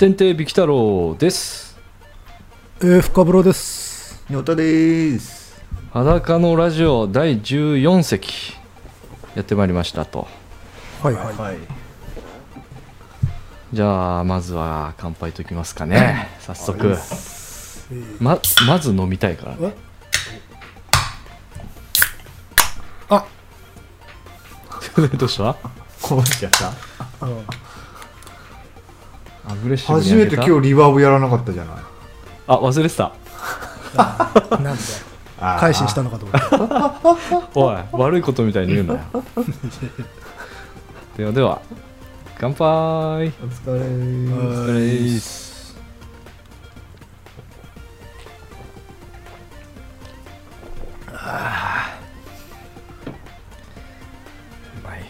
天帝ビキ太郎です。 深風呂です。 にょたです。 裸のラジオ第14席やってまいりましたと。 はいはい、はい、 じゃあまずは乾杯ときますかね。早速まず飲みたいからね。 あどうした？ こうしちゃった。 アグレッシブに初めて今日リバーブやらなかったじゃない。 あ、忘れてた。 なんで改心したのかと思った。 おい、悪いことみたいに言うなよ。ではでは乾杯。 お疲れです。うまい。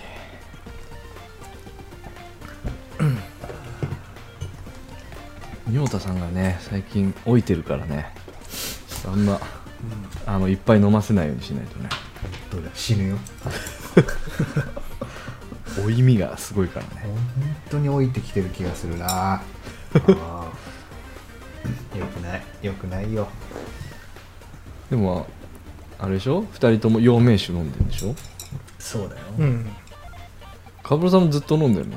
妙太さんがね最近老いてるからね、あんま、いっぱい飲ませないようにしないとね。 どうだ、死ぬよ。 老いみがすごいからね。 本当に老いてきてる気がするな。よくないよくないよ。 でもあれでしょ、2人とも陽明酒飲んでるんでしょ。 そうだよ。 カブロさんもずっと飲んでるの？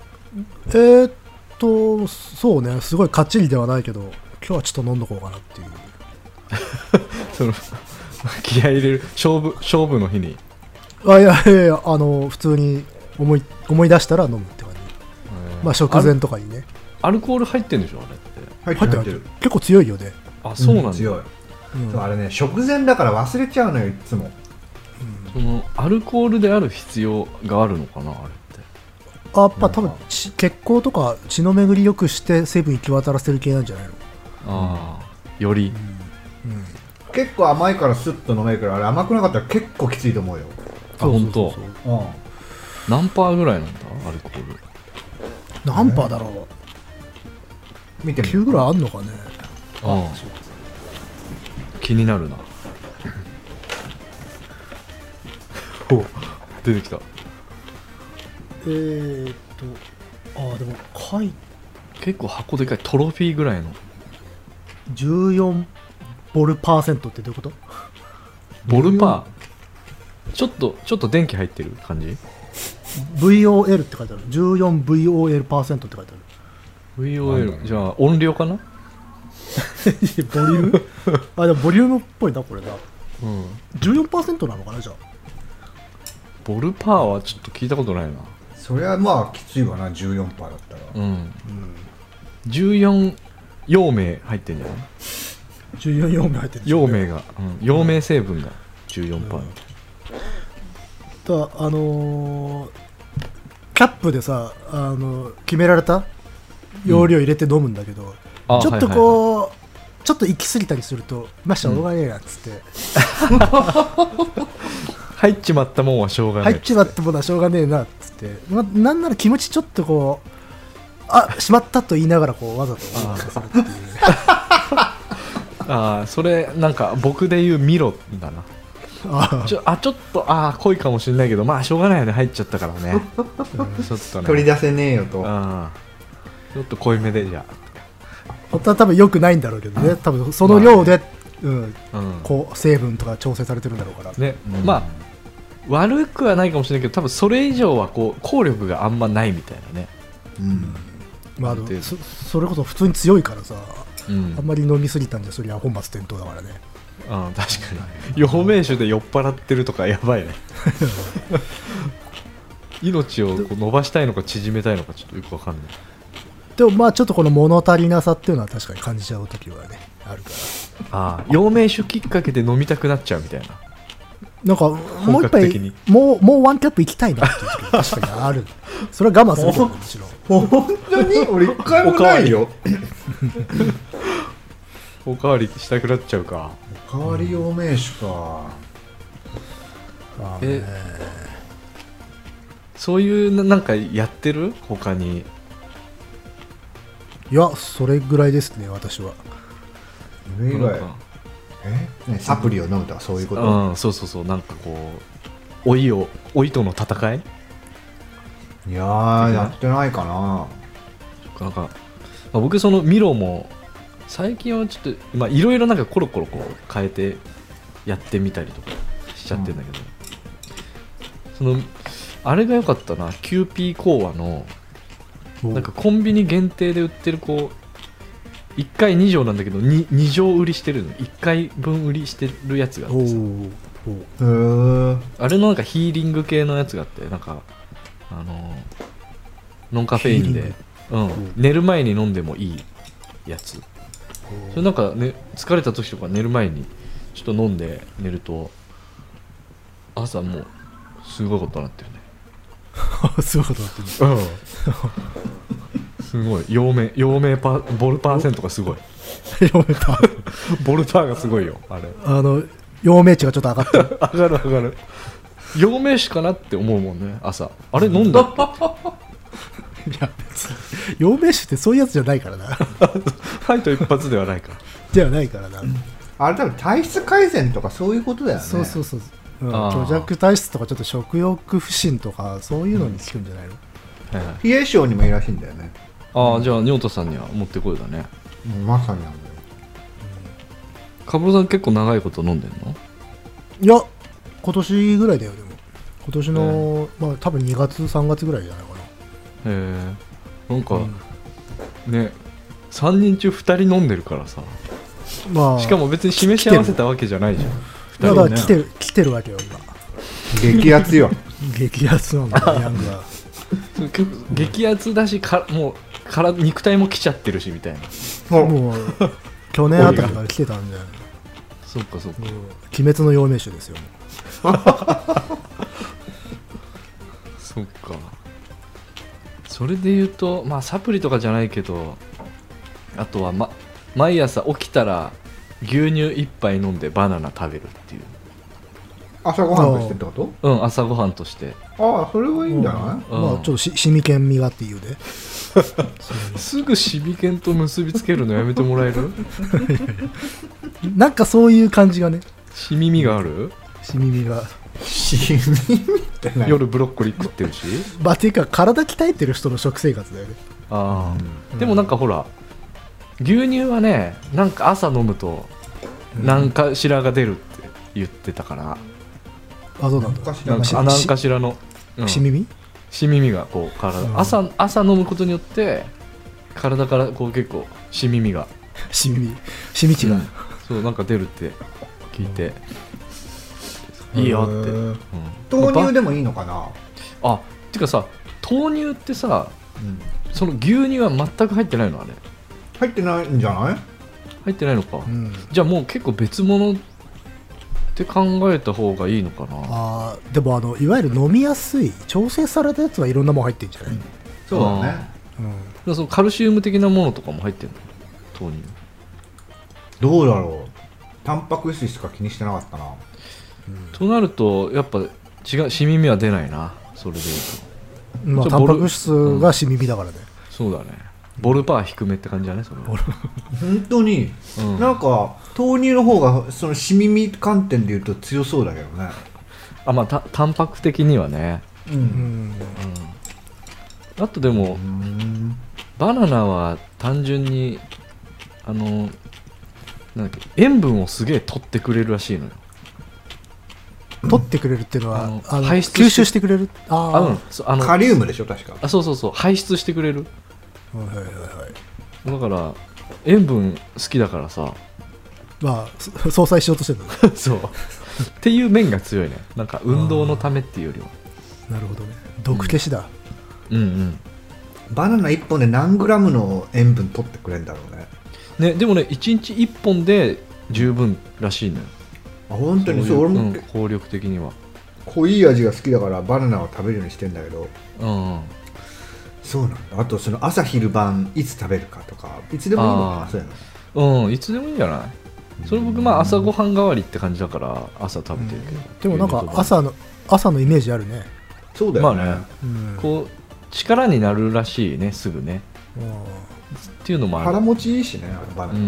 そうね、すごいかっちりではないけど今日はちょっと飲んどこうかなっていう。 その気合い入れる勝負の日に。 いや普通に思い出したら飲むって感じ。まあ食前とかにね。 アルコール入ってるんでしょあれって。 入ってる。結構強いよね。 あ、そうなんだ。 強い。あれね、食前だから忘れちゃうのよいつも。 そのアルコールである必要があるのかなあれって。 やっぱ多分血行とか血の巡り良くして成分行き渡らせる系なんじゃないの。 ああ、より、 結構甘いからスッと飲めるから、あれ甘くなかったら結構きついと思うよ。 あ、本当。何パーぐらいなんだアルコール。 何パーだろう。 見てみ 9ぐらいあんのかね。 気になるな。お、出てきた。 でも結構箱でかい。トロフィーぐらいの 14ボルパーセントってどういうこと？ ボルパー、ちょっと電気入ってる感じ。 VOL って書いてある。14VOL パーセントって書いてある。 VOL、じゃあ音量かな。 ボリュームでもボリュームっぽいなこれな。14% なのかな。じゃあボルパーはちょっと聞いたことないな。 それはまあきついわな、14%だったら。 14陽明入ってんじゃない。 14陽明入ってる。 陽明が、陽明成分が 14%。 キャップでさ、決められた容量入れて飲むんだけど、ちょっとちょっと行き過ぎたりするとまあしょうがねえなっつって、 入っちまったもんはしょうがねえ。 入っちまったもんはしょうがねえなっつって、なんなら気持ちちょっとしまったと言いながらわざと思ってするっていう。 それなんか僕で言うミロだな。ちょっと濃いかもしれないけど、まあしょうがないよね、入っちゃったからね。ちょっとね、 取り出せねえよと。 ちょっと濃いめで。じゃあ本当は多分良くないんだろうけどね。多分その量で、成分とか調整されてるんだろうからね。まあ悪くはないかもしれないけど、多分それ以上は効力があんまないみたいなね。 まあそれこそ普通に強いからさ、あんまり飲みすぎたんじゃそりゃ本末転倒だからね。 確かに陽明酒で酔っ払ってるとかやばいね。命を伸ばしたいのか縮めたいのかちょっとよくわかんない。 でもまあちょっとこの物足りなさっていうのは確かに感じちゃう時はねあるから。 陽明酒きっかけで飲みたくなっちゃうみたいな。 なんかもう一杯もうワンキャップ行きたいなっていう時確かにある。それは我慢するけどもちろん。 本当に俺一回もないよ。 おかわりしたくなっちゃうか。 おかわり陽明酒か。 そういうなんかやってる他に。 いやそれぐらいですね私は。 サプリを飲むとかそういうこと。 そうなんか老いとの戦い。 いやーやってないかな。 なんか僕そのミロも最近はちょっといろいろなんかコロコロこう変えてやってみたりとかしちゃってるんだけど、そのあれが良かったな、キューピー講話のなんかコンビニ限定で売ってるこう1回2錠なんだけど 2錠売りしてるの、1回分売りしてるやつがあってさ、あれのなんかヒーリング系のやつがあって、なんかノンカフェインで、寝る前に飲んでもいいやつ、それなんか、ね、疲れた時とか寝る前にちょっと飲んで寝ると朝もうすごいことになってるねすごいことになってる、 すごい陽明ボルパーセントがすごいボルパーがすごいよ、あれ陽明値がちょっと上がってる上がる陽明酒かなって思うもんね、朝あれ飲んだっけいや別に陽明酒ってそういうやつじゃないからなファイト一発ではないかではないからな、 あれ多分体質改善とかそういうことだよね。 そう、虚弱体質とかちょっと食欲不振とかそういうのに効くんじゃないの、 冷え性にもいいらしいんだよね。 じゃあニョートさんにはもってこいだね。 まさになんだよ。 カブロさん結構長いこと飲んでんの？ いや今年ぐらいだよ。でも今年の、多分2月3月ぐらいじゃないかな。 なんか、ね、3人中2人飲んでるからさ、しかも別に示し合わせたわけじゃないじゃん。 だから来てるわけよ今。 激アツよ激アツなんだヤングは激アツだしもう肉体も来ちゃってるしみたいな。 もう去年あたりから来てたんでそっか鬼滅の陽明酒ですよそっか。それで言うとサプリとかじゃないけど、あとは、毎朝起きたら牛乳1杯飲んでバナナ食べるっていう。 朝ごはんとしてってこと？ 朝ごはんとして。 ああ、それはいいんじゃない？ ちょっとシミケン味がっていうですぐシミケンと結びつけるのやめてもらえる？ なんかそういう感じがね。 シミ味がある？ シミ味が。 シミって何？ 夜ブロッコリー食ってるし。 っていうか体鍛えてる人の食生活だよね。 でもなんかほら牛乳はね、なんか朝飲むと何かしらが出るって言ってたから。 そうなんだ。 何かしらのシミ味がこう体、朝飲むことによって体からこう結構シミ味がシミ値が、 そうなんか出るって聞いて、いいよって。 豆乳でもいいのかな？ てかさ、豆乳ってさ、その牛乳は全く入ってないの？あれ入ってないんじゃない？ 入ってないのか、じゃあもう結構別物って考えた方がいいのかな。 でもいわゆる飲みやすい調整されたやつはいろんなもの入ってるんじゃない？ そうだね。 そのカルシウム的なものとかも入ってるの？豆乳どうだろう。タンパク質しか気にしてなかったな。 となるとやっぱ違う、シミ味は出ないな。それでいうとタンパク質がシミ味だからね。 そうだね。ボルパー低めって感じだね、それは。 本当に、なんか豆乳の方がそのシミ味観点でいうと強そうだけどね。 タンパク的にはね。あとでもバナナは単純になんだっけ、塩分をすげえ取ってくれるらしいのよ。 取ってくれるっていうのは排出吸収してくれる。 カリウムでしょ確か。 そう排出してくれる。だから塩分好きだからさ、 相殺しようとしてるのねそうっていう面が強いね。なんか運動のためっていうよりは。 なるほどね。毒消しだ。 バナナ1本で何グラムの塩分取ってくれるんだろうね。 でもね、1日1本で十分らしいのよ。 本当にそう。俺も効力的には濃い味が好きだからバナナを食べるようにしてんだけど。そうなんだ。あとその朝昼晩いつ食べるかとかいつでもいいのかな。そういうのいつでもいいんじゃない？それ僕朝ごはん代わりって感じだから朝食べてるけど。 でもなんか朝のイメージあるね。 そうだよね。 こう力になるらしいね、すぐね。っていうのもある。 腹持ちいいしね、バナナ。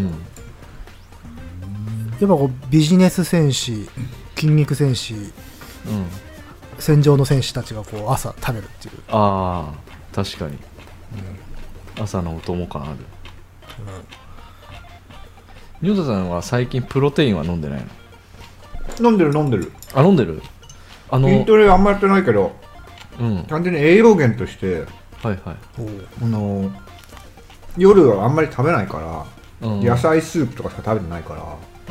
やっぱビジネス戦士、筋肉戦士、戦場の戦士たちが朝食べるっていう。 確かに、朝のお供感ある。 ニョタさんは最近プロテインは飲んでないの？ 飲んでる。 あ、飲んでる。 筋トレあんまやってないけど、 うん、 単純に栄養源として、 はいはい、 夜はあんまり食べないから、 うん、 野菜スープとかしか食べてないから、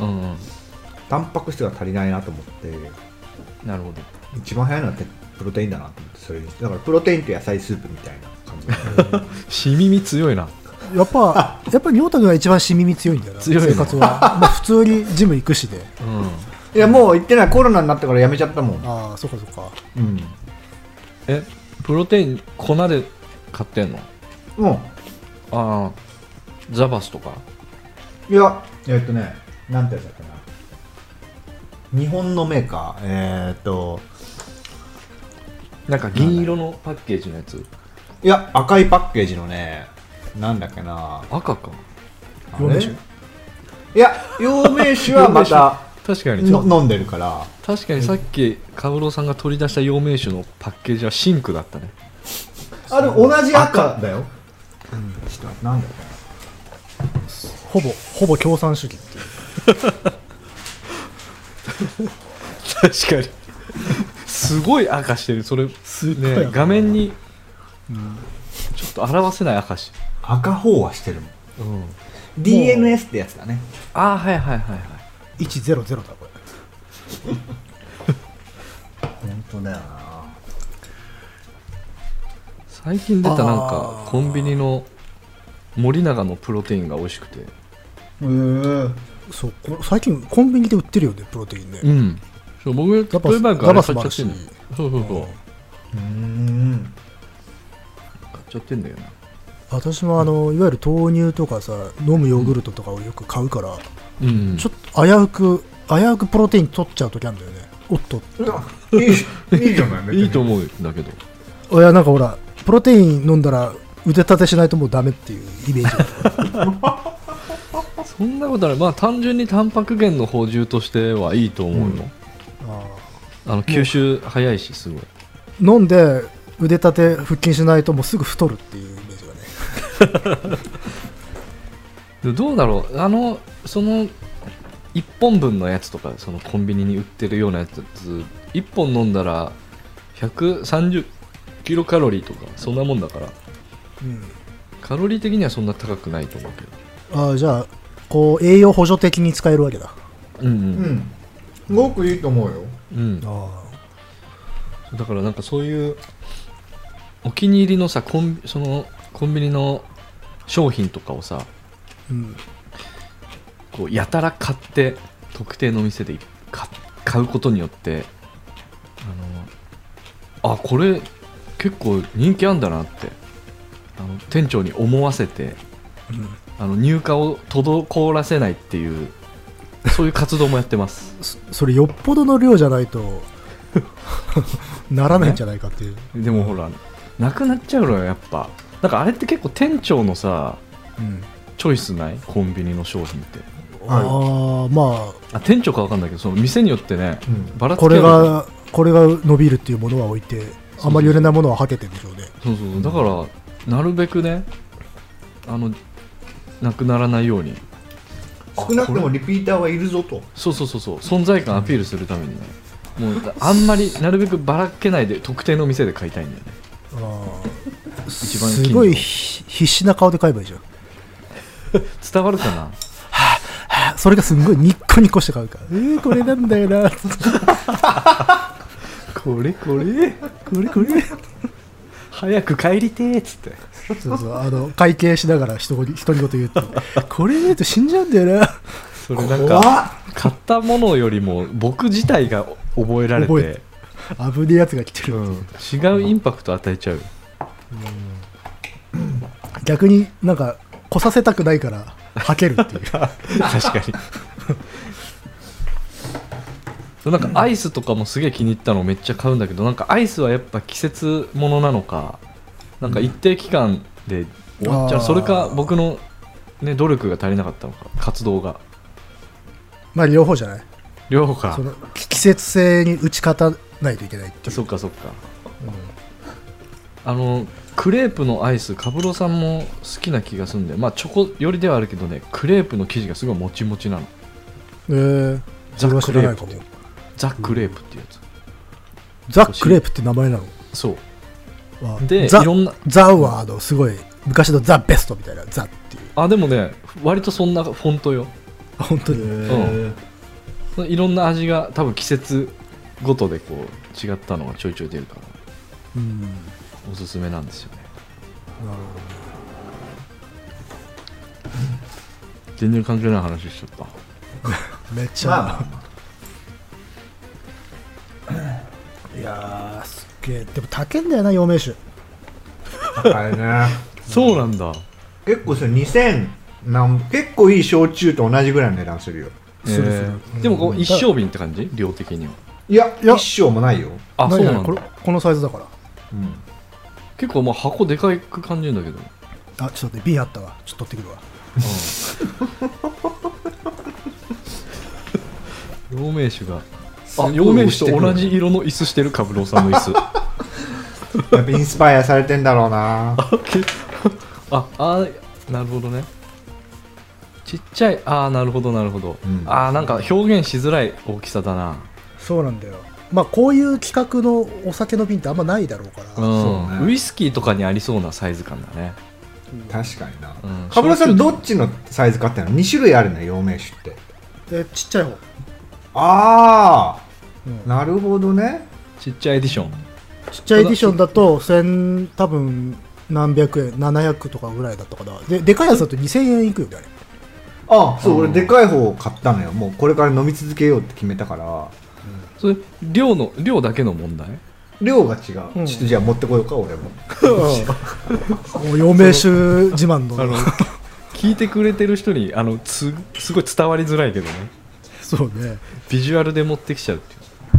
うんうん、 タンパク質が足りないなと思って、 なるほど。 一番早いのはプロテインだなと思って、それにだからプロテインと野菜スープみたいな感じ。 しみみ強いな。 やっぱり尿太君が一番しみみ強いんだよな、 強い生活は。まあ普通にジム行くしで、 いやもう行ってない、コロナになってからやめちゃったもん。 ああ、そっかそっか。 プロテイン粉で買ってんの？ああ、ザバスとか？ いや、なんてやつだったかな、日本のメーカー、 なんか銀色のパッケージのやつ？ いや、赤いパッケージのね、なんだっけな、 赤か。 陽明酒？ いや、陽明酒はまた確かに飲んでるから。 確かにさっきカブロさんが取り出した陽明酒のパッケージはシンクだったね。 あ、でも同じ赤だよ。ちょっとなんだっけな、 ほぼ共産主義っていう。 確かにすごい赤してる。それね、画面にちょっと表せない赤し、 赤飽和してるもん、DNS ってやつだね。 ああ、はいはいはいはい。 100だこれ。 本当だよな。 最近出たなんかコンビニの森永のプロテインが美味しくて、 そう、最近コンビニで売ってるよね、プロテインね。 うん、そう僕ザプレバイクあれ買っちゃバスってんの。そう買っちゃってんだよな。 私もいわゆる豆乳とかさ、飲むヨーグルトとかをよく買うから、 うん、 ちょっと危うくプロテイン取っちゃう時あるんだよね。おっと、 いいじゃない。 いいと思うんだけど、 いや、なんかほら、プロテイン飲んだら腕立てしないともうダメっていうイメージ。 そんなことない。まあ単純にタンパク源の補充としてはいいと思うよ、吸収早いし、すごい飲んで腕立て腹筋しないともうすぐ太るっていうイメージがね。 どうだろう、その1本分のやつとか、そのコンビニに売ってるようなやつ1本飲んだら130キロカロリーとかそんなもんだから、カロリー的にはそんな高くないと思うけど。 じゃあこう栄養補助的に使えるわけだ。 すごくいいと思うよ。 だからなんかそういうお気に入りのさ、そのコンビニの商品とかをさ、こうやたら買って特定の店で買うことによって、これ結構人気あんだなって店長に思わせて、入荷を滞らせないっていう、そういう活動もやってます。 それよっぽどの量じゃないとならないんじゃないかっていう。 でもほら、なくなっちゃうのよ、やっぱ。なんかあれって結構店長のさ、チョイスない？コンビニの商品って。 まあ店長か分かんないけど、その店によってね、ばらつきある。 これが伸びるっていうものは置いて、あまり売れないものははけてるんでしょうね。 そうだからなるべくね、なくならないように、 少なくともリピーターはいるぞと。 そう存在感アピールするためにね、もうあんまりなるべくばらけないで特定の店で買いたいんだよね。一番すごい必死な顔で買えばいいじゃん。 伝わるかな。 それがすんごいニッコニコして買うから、これなんだよなこれ早く帰りてーっつって。 そう会計しながら独り言言ってこれねと死んじゃうんだよな。 それなんか買ったものよりも僕自体が覚えられて危ねえやつが来てる、 違うインパクト与えちゃう。 逆になんか来させたくないからはけるっていう確かに。なんかアイスとかもすげえ気に入ったのめっちゃ買うんだけど、なんかアイスはやっぱ季節ものなのか、なんか一定期間で終わっちゃう、それか僕の、ね、努力が足りなかったのか、活動が。 まあ両方じゃない。 両方か。 その季節性に打ち勝たないといけないっていう。 そっか、 クレープのアイスカブロさんも好きな気がするんで、まあチョコ寄りではあるけどね、クレープの生地がすごいもちもちなの。 それは知らないかも。 ザ・クレープっていうやつ。 ザ・クレープって名前なの？ そうで、いろんなザワードすごい昔のザ・ベストみたいなザっていう。 あ、でもね割とそんなフォントよ。 本当に。 いろんな味が多分季節ごとでこう違ったのがちょいちょい出るから、おすすめなんですよね。 なるほど。全然関係ない話しちゃった。 めっちゃ、いやーすっげえ。でも高いんだよな陽明酒。 高いね。 そうなんだ。 結構それ2000結構いい焼酎と同じぐらいの値段するよ。 でもこう一升瓶って感じ？量的には。 いや一升もないよ。 あ、そうなんだ。 このサイズだから。 結構まあ箱でかく感じるんだけど。 あ、ちょっと待って、瓶あったわ。ちょっと取ってくるわ。 陽明酒が。あ、陽明酒と同じ色の椅子してるカブロさんの椅子。 やっぱインスパイアされてんだろうな。 なるほどね。ちっちゃい、なるほどなるほど。なんか表現しづらい大きさだな。 そうなんだよ。まあこういう企画のお酒の瓶ってあんまないだろうから、 ウイスキーとかにありそうなサイズ感だね。 確かにな。カブラさんどっちのサイズかってのは2種類あるのよ陽明酒って。 ちっちゃい方。 なるほどね。 ちっちゃいエディション。 ちっちゃいエディションだと多分何百円、700とかぐらいだったかな。でかいやつだと2000円いくよね、あれ。 そう、俺でかい方を買ったのよ。もうこれから飲み続けようって決めたから。 それ量だけの問題？ 量が違う。ちょっとじゃあ持ってこようか俺も。 陽明酒自慢の。 聞いてくれてる人にすごい伝わりづらいけどね。 そうね。 ビジュアルで持ってきちゃうっていう。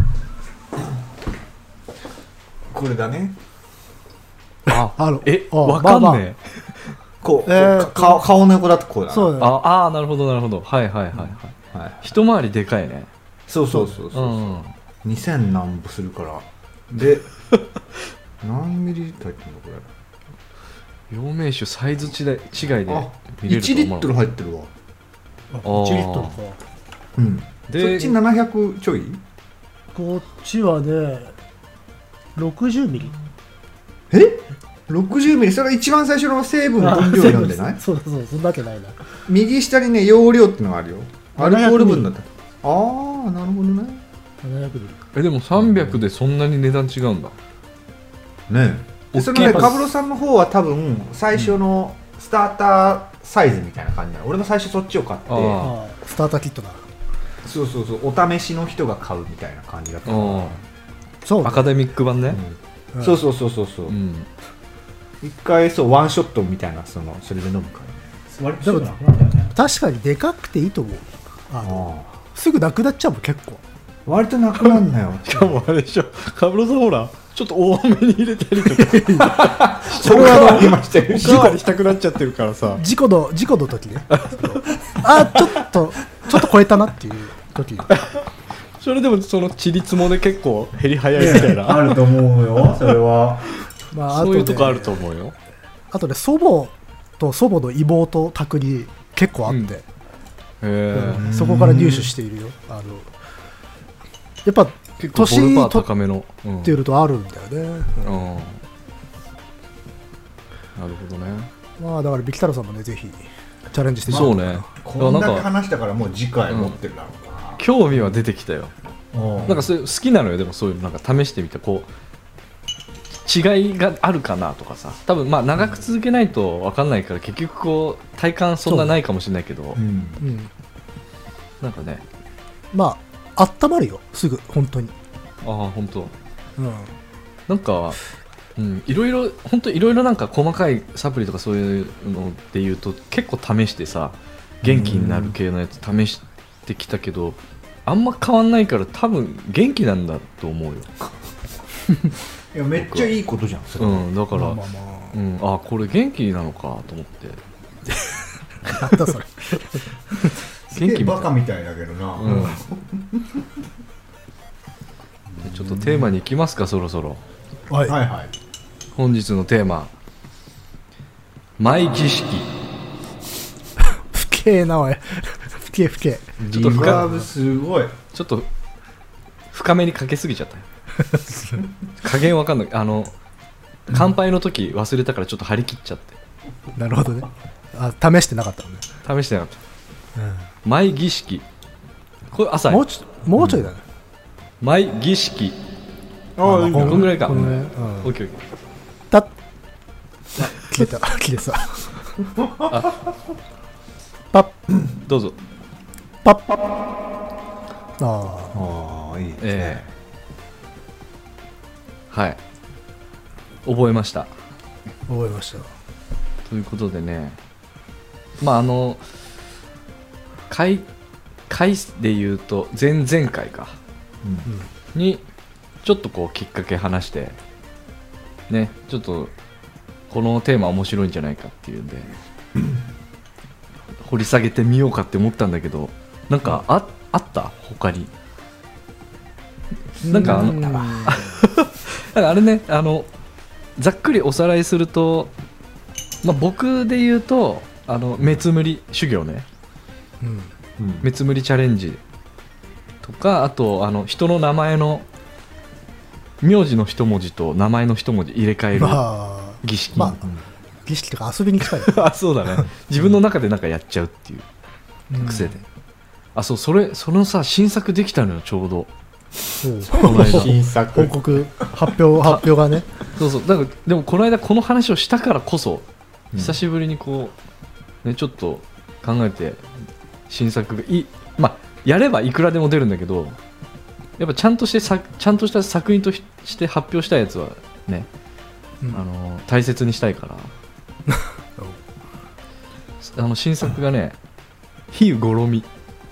これだね。 わかんねえ。 こう、顔の横だとこうだな。 そうだね。 なるほどなるほど。はいはいはいはい。一回りでかいね。 そう2000何歩するからで何ミリリットル入ってんのこれ。陽明酒サイズ違いで見れると思う。 1リットル入ってるわ。 1リットルか。 でそっち700ちょい。 こっちはね60ミリ。 60ミリ。それが一番最初の成分の分量なんじゃない？ そうそんなわけないな。 右下にね容量ってのがあるよ。アルコール分だった。なるほどね。 700ミリ。 でも300でそんなに値段違うんだね。そのねカブロさんの方は多分最初のスターターサイズみたいな感じなの。俺も最初そっちを買って、 スターターキットだ。 そうお試しの人が買うみたいな感じだった。 そうアカデミック版ね。 そう一回ワンショットみたいなそれで飲むからね。 でも確かにでかくていいと思う。すぐなくなっちゃうもん結構。 割となくなるんだよ。 しかもあれでしょ、カブロさんほらちょっと多めに入れたりとか。 それは今してる。 おかわりしたくなっちゃってるからさ。 事故の時ね。ちょっと超えたなっていう時。 それでもそのちりつもで結構減り早いみたいな。 あると思うよそれは。 そういうとこあると思うよ。 あとね祖母と祖母の妹宅に結構あって、そこから入手しているよ。やっぱ年取ってるとあるんだよね。 なるほどね。 だからビキタロさんもねぜひチャレンジしてみて。そうね。 こんだけ話したからもう次回持ってるだろうな。 興味は出てきたよ。なんかそれ好きなのよ。でもそういうなんか試してみてこう違いがあるかなとかさ。多分長く続けないと分かんないから結局こう体感そんなないかもしれないけど、なんかね。 温まるよすぐ本当に。 本当。なんかいろいろ本当いろいろなんか細かいサプリとかそういうので言うと結構試してさ元気になる系のやつ試してきたけどあんま変わんないから多分元気なんだと思うよ。 いやめっちゃいいことじゃんそれ。 だからこれ元気なのかと思って。 なんだそれ。 元気バカみたいだけどな。 ちょっとテーマに行きますかそろそろ。 はい。 本日のテーマ舞儀式。 不敬なおい不敬ちょっとリバーブすごい。 ちょっと深めにかけすぎちゃった加減わかんない。乾杯の時忘れたからちょっと張り切っちゃって。 なるほどね。試してなかったのね。 試してなかった、舞儀式。これ浅い。 もうちょいだね。 舞儀式。 ああ、 こんぐらいか。 こんぐらい。 オッケーオッケー。 切れた切れたパッどうぞ。 パッああ、いいですね。 はい覚えました。 覚えました。 ということでね、まあ回で言うと前々回か、にちょっとこうきっかけ話してね、ちょっとこのテーマ面白いんじゃないかっていうんで掘り下げてみようかって思ったんだけど、なんかあった他になんかなんかあれね、ざっくりおさらいすると、僕で言うと目つむり修行ね、目つむりチャレンジとか、あと人の名前の名字の一文字と名前の一文字入れ替える儀式、 儀式とか遊びに近いあ、そうだね自分の中でなんかやっちゃうっていう癖で、そのさ新作できたのよちょうどこの間新作報告発表がねそうだからでもこの間この話をしたからこそ久しぶりにこう、ね、ちょっと考えて新作がやればいくらでも出るんだけど、やっぱちゃんとした作品として発表したやつはね、大切にしたいから新作がね比喩ごろみ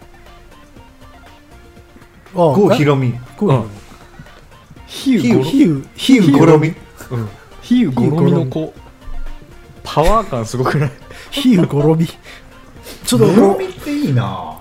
郷ひろみ比喩ごろみ比喩ごろみの子パワー感すごくない比喩ごろみちょっとごろみっていいな。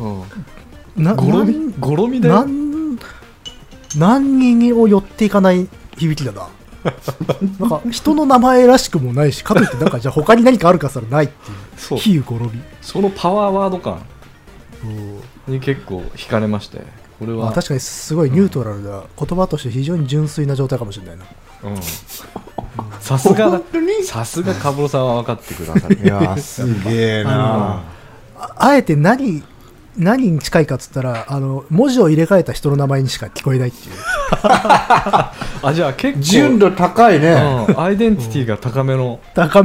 ごろみだよ。 何人を寄っていかない響きだななんか人の名前らしくもないし、かといってなんかじゃあ他に何かあるかそれないっていう比喩ごろみ、 そのパワーワード感に結構惹かれまして、これは確かにすごいニュートラルな言葉として非常に純粋な状態かもしれないな。 さすがカブロさんは分かってくださる。 いやすげえな。 あえて何に近いかっつったら文字を入れ替えた人の名前にしか聞こえないっていうじゃあ結構純度高いね、 アイデンティティが高めの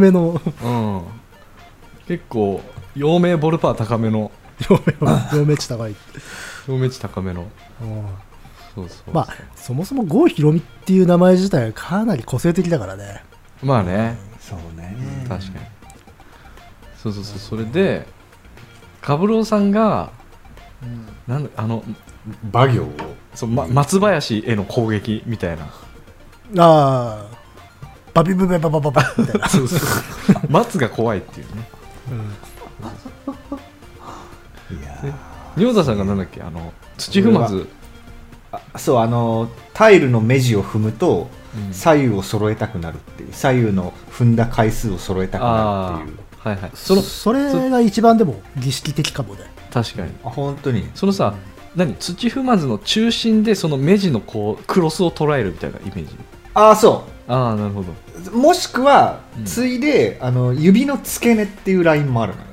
結構陽明ボルパー高めの陽明値高い陽明値高めのそうそもそも郷ひろみっていう名前自体はかなり個性的だからね。 そうね、 確かにそうそれでカブローさんが馬行を松林への攻撃みたいな、 バビブベババババみたいな松が怖いっていうね、仁田さんがなんだっけ土踏まず、 そうタイルの目地を踏むと左右を揃えたくなるっていう、左右の踏んだ回数を揃えたくなるっていう、 それが一番でも儀式的かもね。 確かに。 本当にそのさ、土踏まずの中心でその目地のこうクロスを捉えるみたいなイメージ。 なるほど。もしくはついで、指の付け根っていうラインもあるの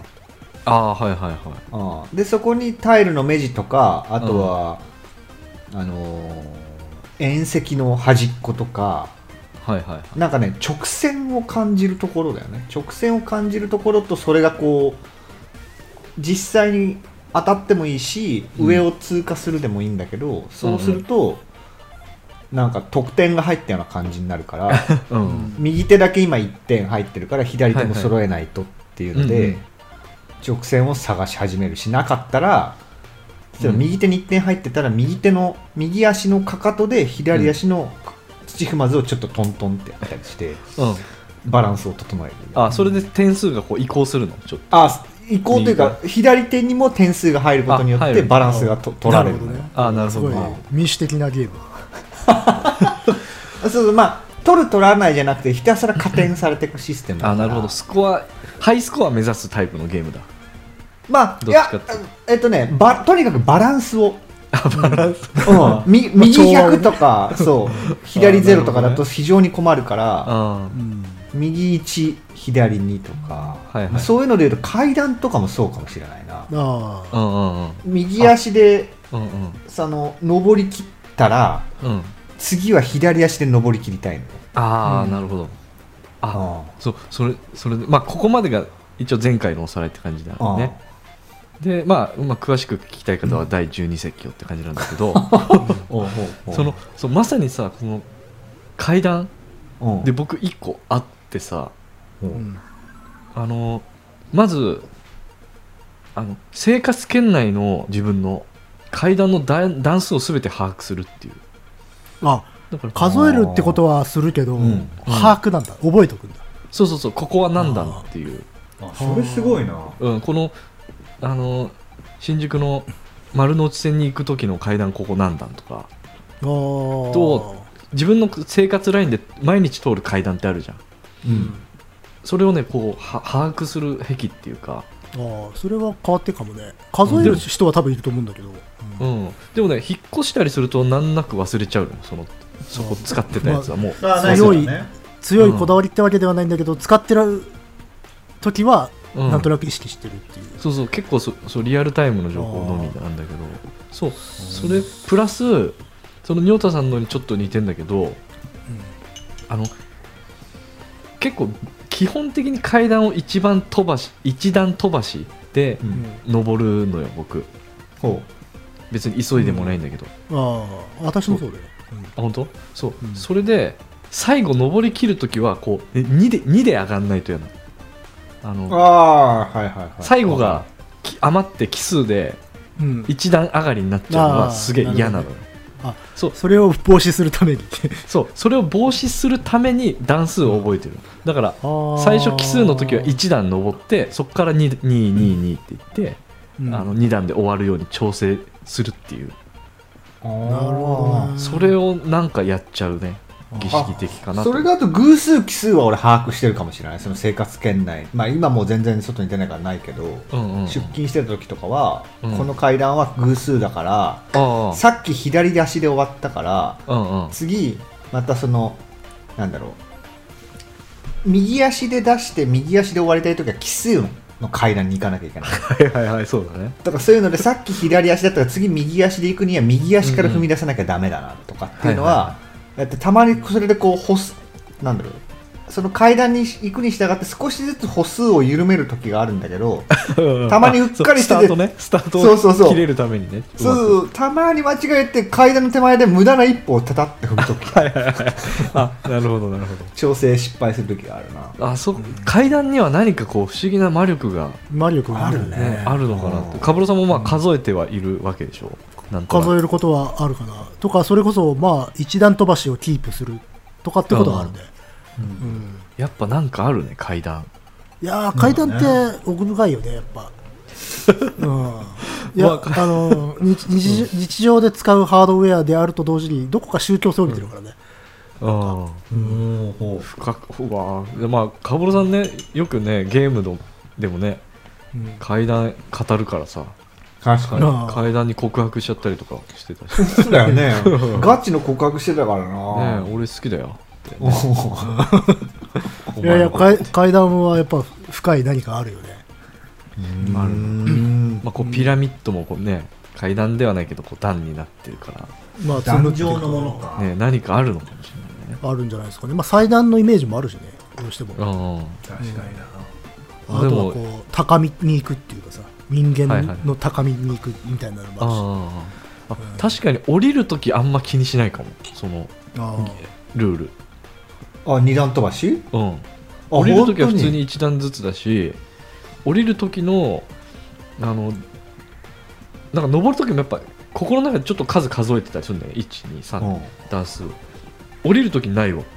よ。でそこにタイルの目地とか、あとは、縁石の端っことか、なんかね直線を感じるところだよね。直線を感じるところと、それがこう実際に当たってもいいし、上を通過するでもいいんだけど、そうすると、なんか得点が入ったような感じになるから、右手だけ今1点入ってるから左手も揃えないとっていうので、直線を探し始めるし、なかったら右手に1点入ってたら右足のかかとで左足の土踏まずをちょっとトントンってやったりして、バランスを整える。 それで点数がこう移行するの？ちょっと移行というか、左手にも点数が入ることによってバランスが取られる。 なるほどね。民主的なゲーム取る取らないじゃなくてひたすら加点されていくシステムだから。 なるほど、ハイスコア目指すタイプのゲームだ。 まあいやとにかくバランスをバランス、 右100とかそう左0とかだと非常に困るから、右1左2とか、そういうのでいうと階段とかもそうかもしれないな。右足でその登りきったら、次は左足で登りきりたいの。 なるほど。それでまあここまでが一応前回のおさらいって感じだよね。でまあ詳しく聞きたい方は第12節教って感じなんだけど、まさにさこの階段で僕1個あってさ、まず生活圏内の自分の階段の段数を全て把握するっていう。 だから数えるってことはするけど、把握なんだ、覚えておくんだ。 そうここは何段っていう。 それすごいな。 この新宿の丸の内線に行く時の階段ここ何段とかと、自分の生活ラインで毎日通る階段ってあるじゃん、それをねこう把握する癖っていうか。 それは変わってかもね。数える人は多分いると思うんだけど、 でもね引っ越したりすると難なく忘れちゃうの。そこ使ってたやつはもう、 強いこだわりってわけではないんだけど、使ってる時はなんとなく意識してるっていう。 そう結構リアルタイムの情報のみなんだけど、それプラスそのニョータさんのにちょっと似てんだけど、結構基本的に階段を一段飛ばしで登るのよ僕。別に急いでもないんだけど。 私もそうだよ。 本当？それで最後登り切るときはこう2で上がんないとやな。最後が余って奇数で1段上がりになっちゃうのはすげえ嫌なのよ。 それを防止するためにそれを防止するために段数を覚えてる。だから最初奇数の時は1段登ってそこから2っていって、2段で終わるように調整するっていう。 なるほど。 それをなんかやっちゃうね。儀式的かなと。 それだと偶数奇数は俺把握してるかもしれない。その生活圏内、今もう全然外に出ないからないけど、出勤してた時とかは、この階段は偶数だから、さっき左足で終わったから、次またなんだろう、右足で出して右足で終わりたい時は奇数の階段に行かなきゃいけない。 そうだね。 だからそういうので、さっき左足だったら次右足で行くには右足から踏み出さなきゃダメだなとかっていうのは、たまにそれでこうなんだろう、その階段に行くに従って少しずつ歩数を緩める時があるんだけどたまにうっかりしててスタートを切れるためにね、 たまに間違えて階段の手前で無駄な一歩をタタって踏む時なるほど調整失敗する時があるな。 階段には何かこう不思議な魔力があるね。 あるのかなって。カブロさんも数えてはいるわけでしょ。 数えることはあるかなとか、それこそ一段飛ばしをキープするとかってことがあるね。 やっぱなんかあるね階段。 いや階段って奥深いよねやっぱ。いや日常で使うハードウェアであると同時にどこか宗教性を見てるからね。 深くカブロさんね、よくねゲームでもね、階段語るからさ。 確かに階段に告白しちゃったりとかしてたし。 そうだよね。ガチの告白してたからな。 俺好きだよ。 いや階段はやっぱ深い何かあるよね。 ある。こうピラミッドもこうね階段ではないけどこう段になってるから、 段状のものか。 何かあるのかもしれないね。 あるんじゃないですかね。祭壇のイメージもあるしね。どうしても。 確かにな。 あとはこう高みに行くっていうかさ。人間の高みに行くみたいなのもあるし、確かに降りるときあんま気にしないかも、そのルール。 2段飛ばし？ 降りるときは普通に1段ずつだし、降りるときのなんか登るときもやっぱ心の中でちょっと数えてたりするんだよね。1、2、3段数。降りるときないわ。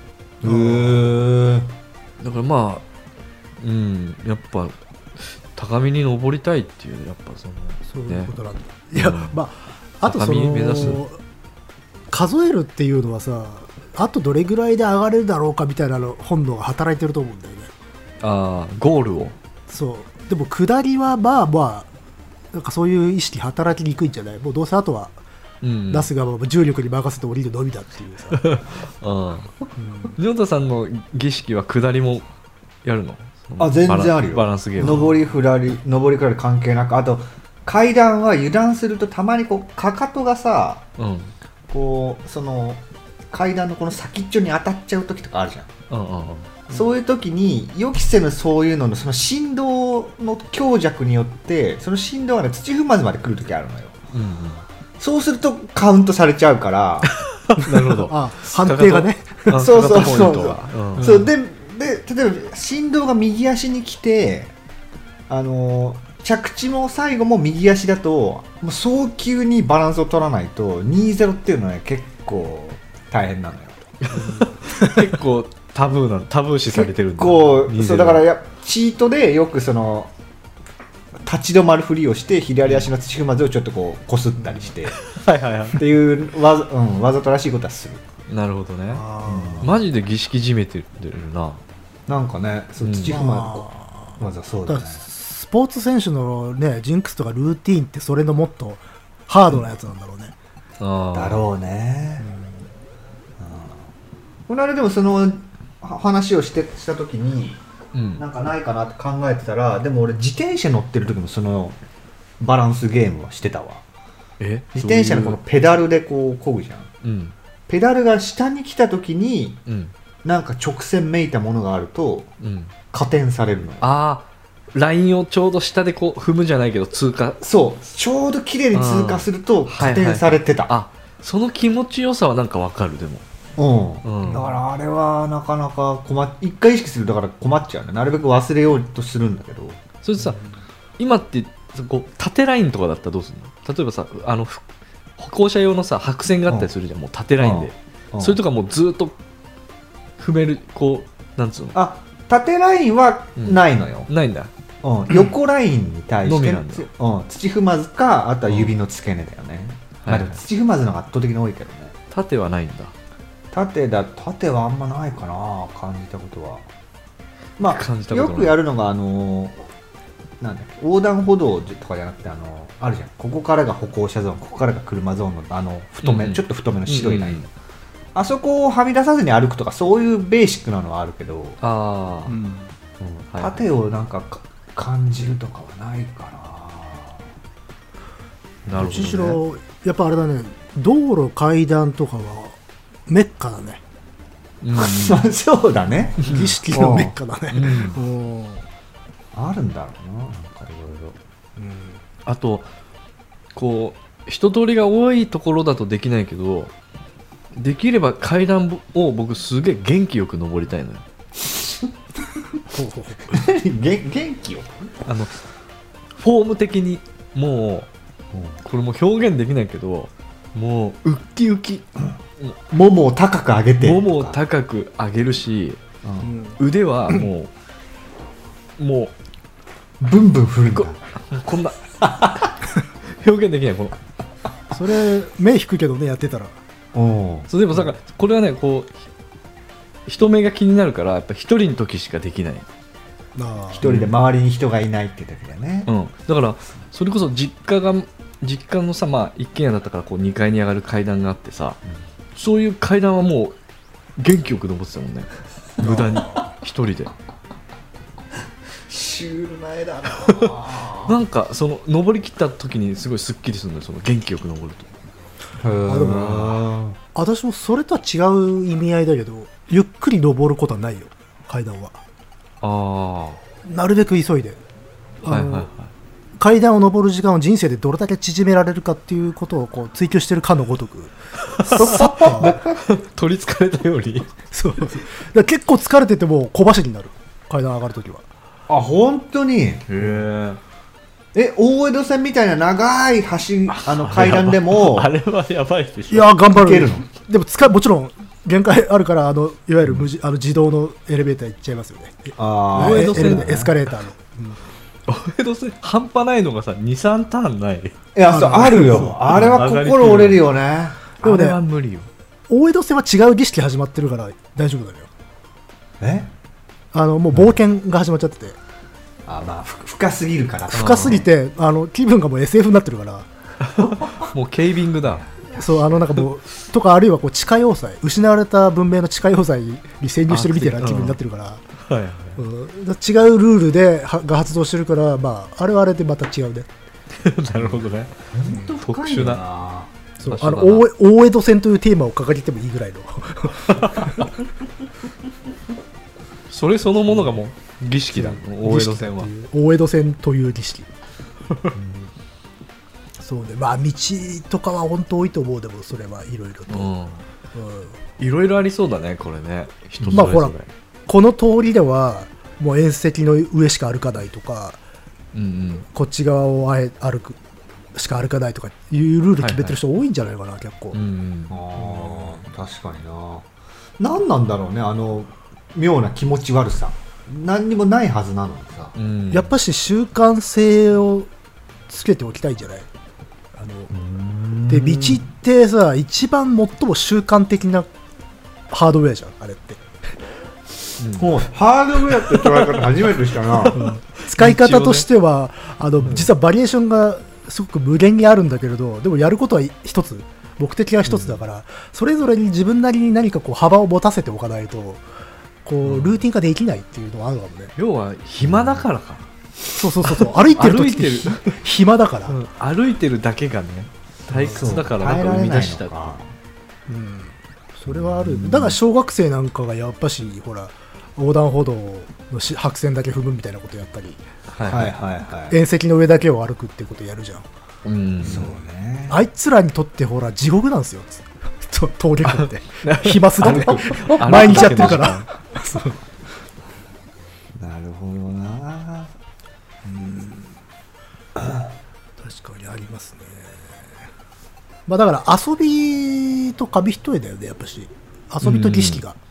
だからやっぱ高みに登りたいっていうやっぱそういうことなんだ。いやあと高み目指す数えるっていうのはさ、 あとどれぐらいで上がれるだろうかみたいなの本能が働いてると思うんだよね。 ああ、ゴールを。 そうでも下りはまあまあなんかそういう意識働きにくいんじゃない。もうどうせあとは出すが重力に任せて降りるのみだっていうさ。 ジョータさんの儀式は下りもやるの？ 全然あるよ。 バランスゲーム。 上り下り関係なく、あと階段は油断するとたまにこうかかとがさ、こうその階段のこの先っちょに当たっちゃう時とかあるじゃん。そういう時に予期せぬそういうののその振動の強弱によってその振動がね土踏まずまで来る時あるのよ。そうするとカウントされちゃうから。 なるほど。 判定がね。 そうで例えば振動が右足に来て着地も最後も右足だともう早急にバランスを取らないと 2-0 っていうのは、ね、結構大変なのよ。 結構タブー視されてるんだ。 そうだからチートでよくその立ち止まるふりをして左足の土踏まずをちょっとこう擦ったりしてっていうわざとらしいことはする。 なるほどね。マジで儀式じめてるな。 なんかね、土踏まずわざそうだね。 スポーツ選手のねジンクスとかルーティーンってそれのもっとハードなやつなんだろうね。 だろうね。この間でもその話をした時に、なんかないかなって考えてたら、でも俺自転車乗ってる時もそのバランスゲームをしてたわ。自転車のこのペダルでこう漕ぐじゃん。ペダルが下に来た時に、なんか直線めいたものがあると、加点されるのよ。 ラインをちょうど下でこう踏むじゃないけど通過。 そうちょうど綺麗に通過すると加点されてた。 その気持ちよさはなんかわかる。でもだからあれはなかなか一回意識するだから困っちゃうね。なるべく忘れようとするんだけど。 それでさ、今ってこう縦ラインとかだったらどうするの？例えばさ歩行者用のさ白線があったりするじゃん。もう縦ラインでそれとかもうずっと踏めるこうなんつうの。 縦ラインはないのよ。 ないんだ。 横ラインに対して土踏まずかあとは指の付け根だよね。でも土踏まずのが圧倒的に多いけどね。 縦はないんだ。 縦はあんまないかな、感じたことは。まあよくやるのがなんだっけ、横断歩道とかじゃなくてあるじゃん。ここからが歩行者ゾーン、ここからが車ゾーンの太め、ちょっと太めの白いライン、あそこをはみ出さずに歩くとかそういうベーシックなのはあるけど、縦をなんか感じるとかはないかな。なるほどね。むしろやっぱあれだね、道路階段とかはメッカだね。 そうだね。 儀式のメッカだね。 あるんだろうな、なんかいろいろ。 あとこう人通りが多いところだとできないけど、できれば階段を僕すげえ元気よく登りたいのよ。 元気よ。 フォーム的にもうこれも表現できないけど、もうウッキウキ。 ももを高く上げて。 ももを高く上げるし、腕はもうブンブン振るんだ。 こんな表現できない。 それ目引くけどね、やってたら。 そうでもさ、これはねこう人目が気になるからやっぱ一人の時しかできない。 一人で周りに人がいないって時だね。 だからそれこそ実家のさ、一軒家だったからこう2階に上がる階段があってさ、そういう階段はもう元気よく登ってたもんね。無駄に一人で。 シュールな絵だな。 なんかその登り切った時にすごいスッキリするのよ、その元気よく登ると。 でも私もそれとは違う意味合いだけど、ゆっくり登ることはないよ、階段は。なるべく急いで、階段を登る時間を人生でどれだけ縮められるかっていうことをこう追求してるかのごとく取りつかれたように。 そうだ結構疲れてても小走りになる、階段上がるときは。 本当に。大江戸線みたいな長い階段でもあれはやばいでしょ。 いや頑張る。でももちろん限界あるから、いわゆる自動のエレベーター行っちゃいますよね。大江戸線エスカレーターの。 大江戸線半端ないのがさ 2,3 ターンない？ いや、そうあるよ。あれは心折れるよね。 でもね、あれは無理よ。 大江戸戦は違う儀式始まってるから大丈夫だよ。もう冒険が始まっちゃってて、 まあ深すぎるから、 深すぎて気分がもう SF になってるからもうケイビングだ。 そうなんかもうとか、あるいはこう地下要塞、失われた文明の地下要塞に潜入してるみたいな気分になってるから、 はいはい、 違うルールでが発動してるから、まあ、あれはあれでまた違うねなるほどね、特殊な。 そう大江戸戦というテーマを掲げてもいいぐらいのそれそのものがもう儀式だ、大江戸戦は。 大江戸戦という儀式そうね、まあ道とかは本当多いと思う。でもそれはいろいろといろいろありそうだねこれね。人それぞれ、 まあほらこの通りではもう縁石の上しか歩かないとか、こっち側を歩くしか歩かないとかいうルール決めてる人多いんじゃないかな、結構。 確かにな。何なんだろうね、妙な気持ち悪さ。何にもないはずなのにさ、 やっぱし習慣性をつけておきたいんじゃない。で道ってさ、一番最も習慣的なハードウェアじゃん、あれって。 もうハードウェアって捉え方初めてしたな使い方としては実はバリエーションがすごく無限にあるんだけれど、でもやることは一つ、目的は一つだから、それぞれに自分なりに何かこう幅を持たせておかないとこうルーティン化できないっていうのはあるかもね。 要は暇だからか。 そう歩いてる時って暇だから、 歩いてるだけがね退屈だからなんか生み出したか。 それはある。だから小学生なんかがやっぱしほら横断歩道の白線だけ踏むみたいなことやったり、縁石の上だけを歩くってことやるじゃん。 そうね。 あいつらにとってほら地獄なんですよ登下校って暇すぎて毎日やってるからなるほどな。 確かにありますね。まあだから遊びと紙一重だよね、やっぱし遊びと儀式が、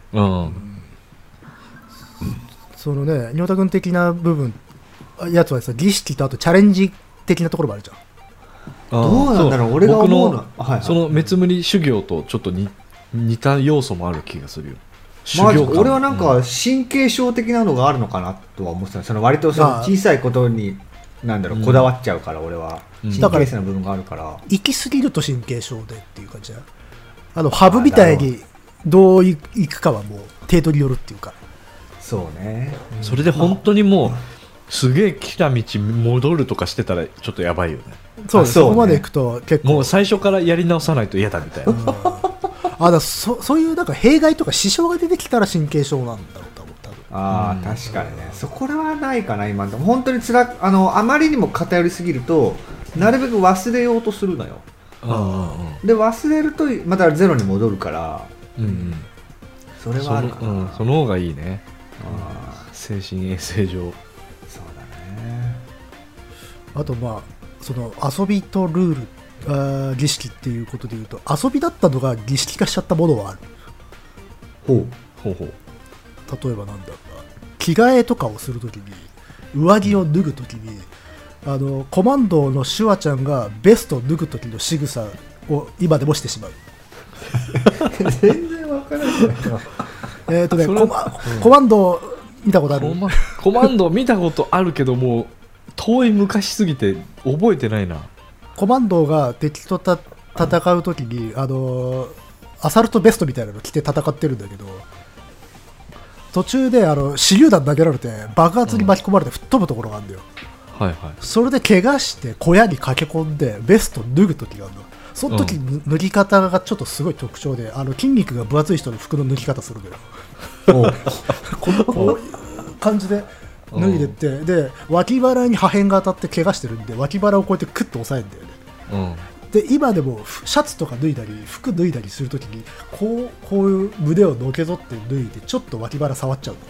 そのね、仁太君的な部分やつはさ、儀式とあとチャレンジ的なところもあるじゃん。 どうなんだろう、俺が思うのはその目つむり修行とちょっと似た要素もある気がするよ。 俺はなんか神経症的なのがあるのかなとは思ってた。その割とその小さいことになんだろう、こだわっちゃうから、俺は神経質な部分があるから、 行き過ぎると神経症でっていう感じだ。ハブみたいにどう行くかはもう程度によるっていうか。 そうね。 それで本当にもうすげえ来た道戻るとかしてたらちょっとやばいよね。 そうね、そこまで行くと結構もう最初からやり直さないと嫌だみたいな。 そういうなんか弊害とか支障が出てきたら神経症なんだろうと思った。 確かにね。これはないかな今の。本当にあまりにも偏りすぎるとなるべく忘れようとするのよ。で忘れるとまたゼロに戻るから、それはあるかな。 その方がいいね。精神衛生上。 そうだね。 あとまあその遊びとルール儀式っていうことでいうと、遊びだったのが儀式化しちゃったものはある。 ほう。 例えばなんだろうな、着替えとかをするときに上着を脱ぐときにコマンドのシュワちゃんがベストを脱ぐときの仕草を今でもしてしまう。 全然わからないコマンド見たことある？ コマンド見たことあるけども遠い昔すぎて覚えてないな。 コマンドが敵と戦うときにアサルトベストみたいなの着て戦ってるんだけど、途中で手榴弾投げられて爆発に巻き込まれて吹っ飛ぶところがあるんだよ。それで怪我して小屋に駆け込んでベスト脱ぐときがあるの。その時脱ぎ方がちょっとすごい特徴で、筋肉が分厚い人の服の脱ぎ方するんだよ。こういう感じで脱いでって、で脇腹に破片が当たって怪我してるんで脇腹をこうやってクッと押さえるんだよね。で今でもシャツとか脱いだり服脱いだりするときにこういう胸をのけぞって脱いでちょっと脇腹触っちゃう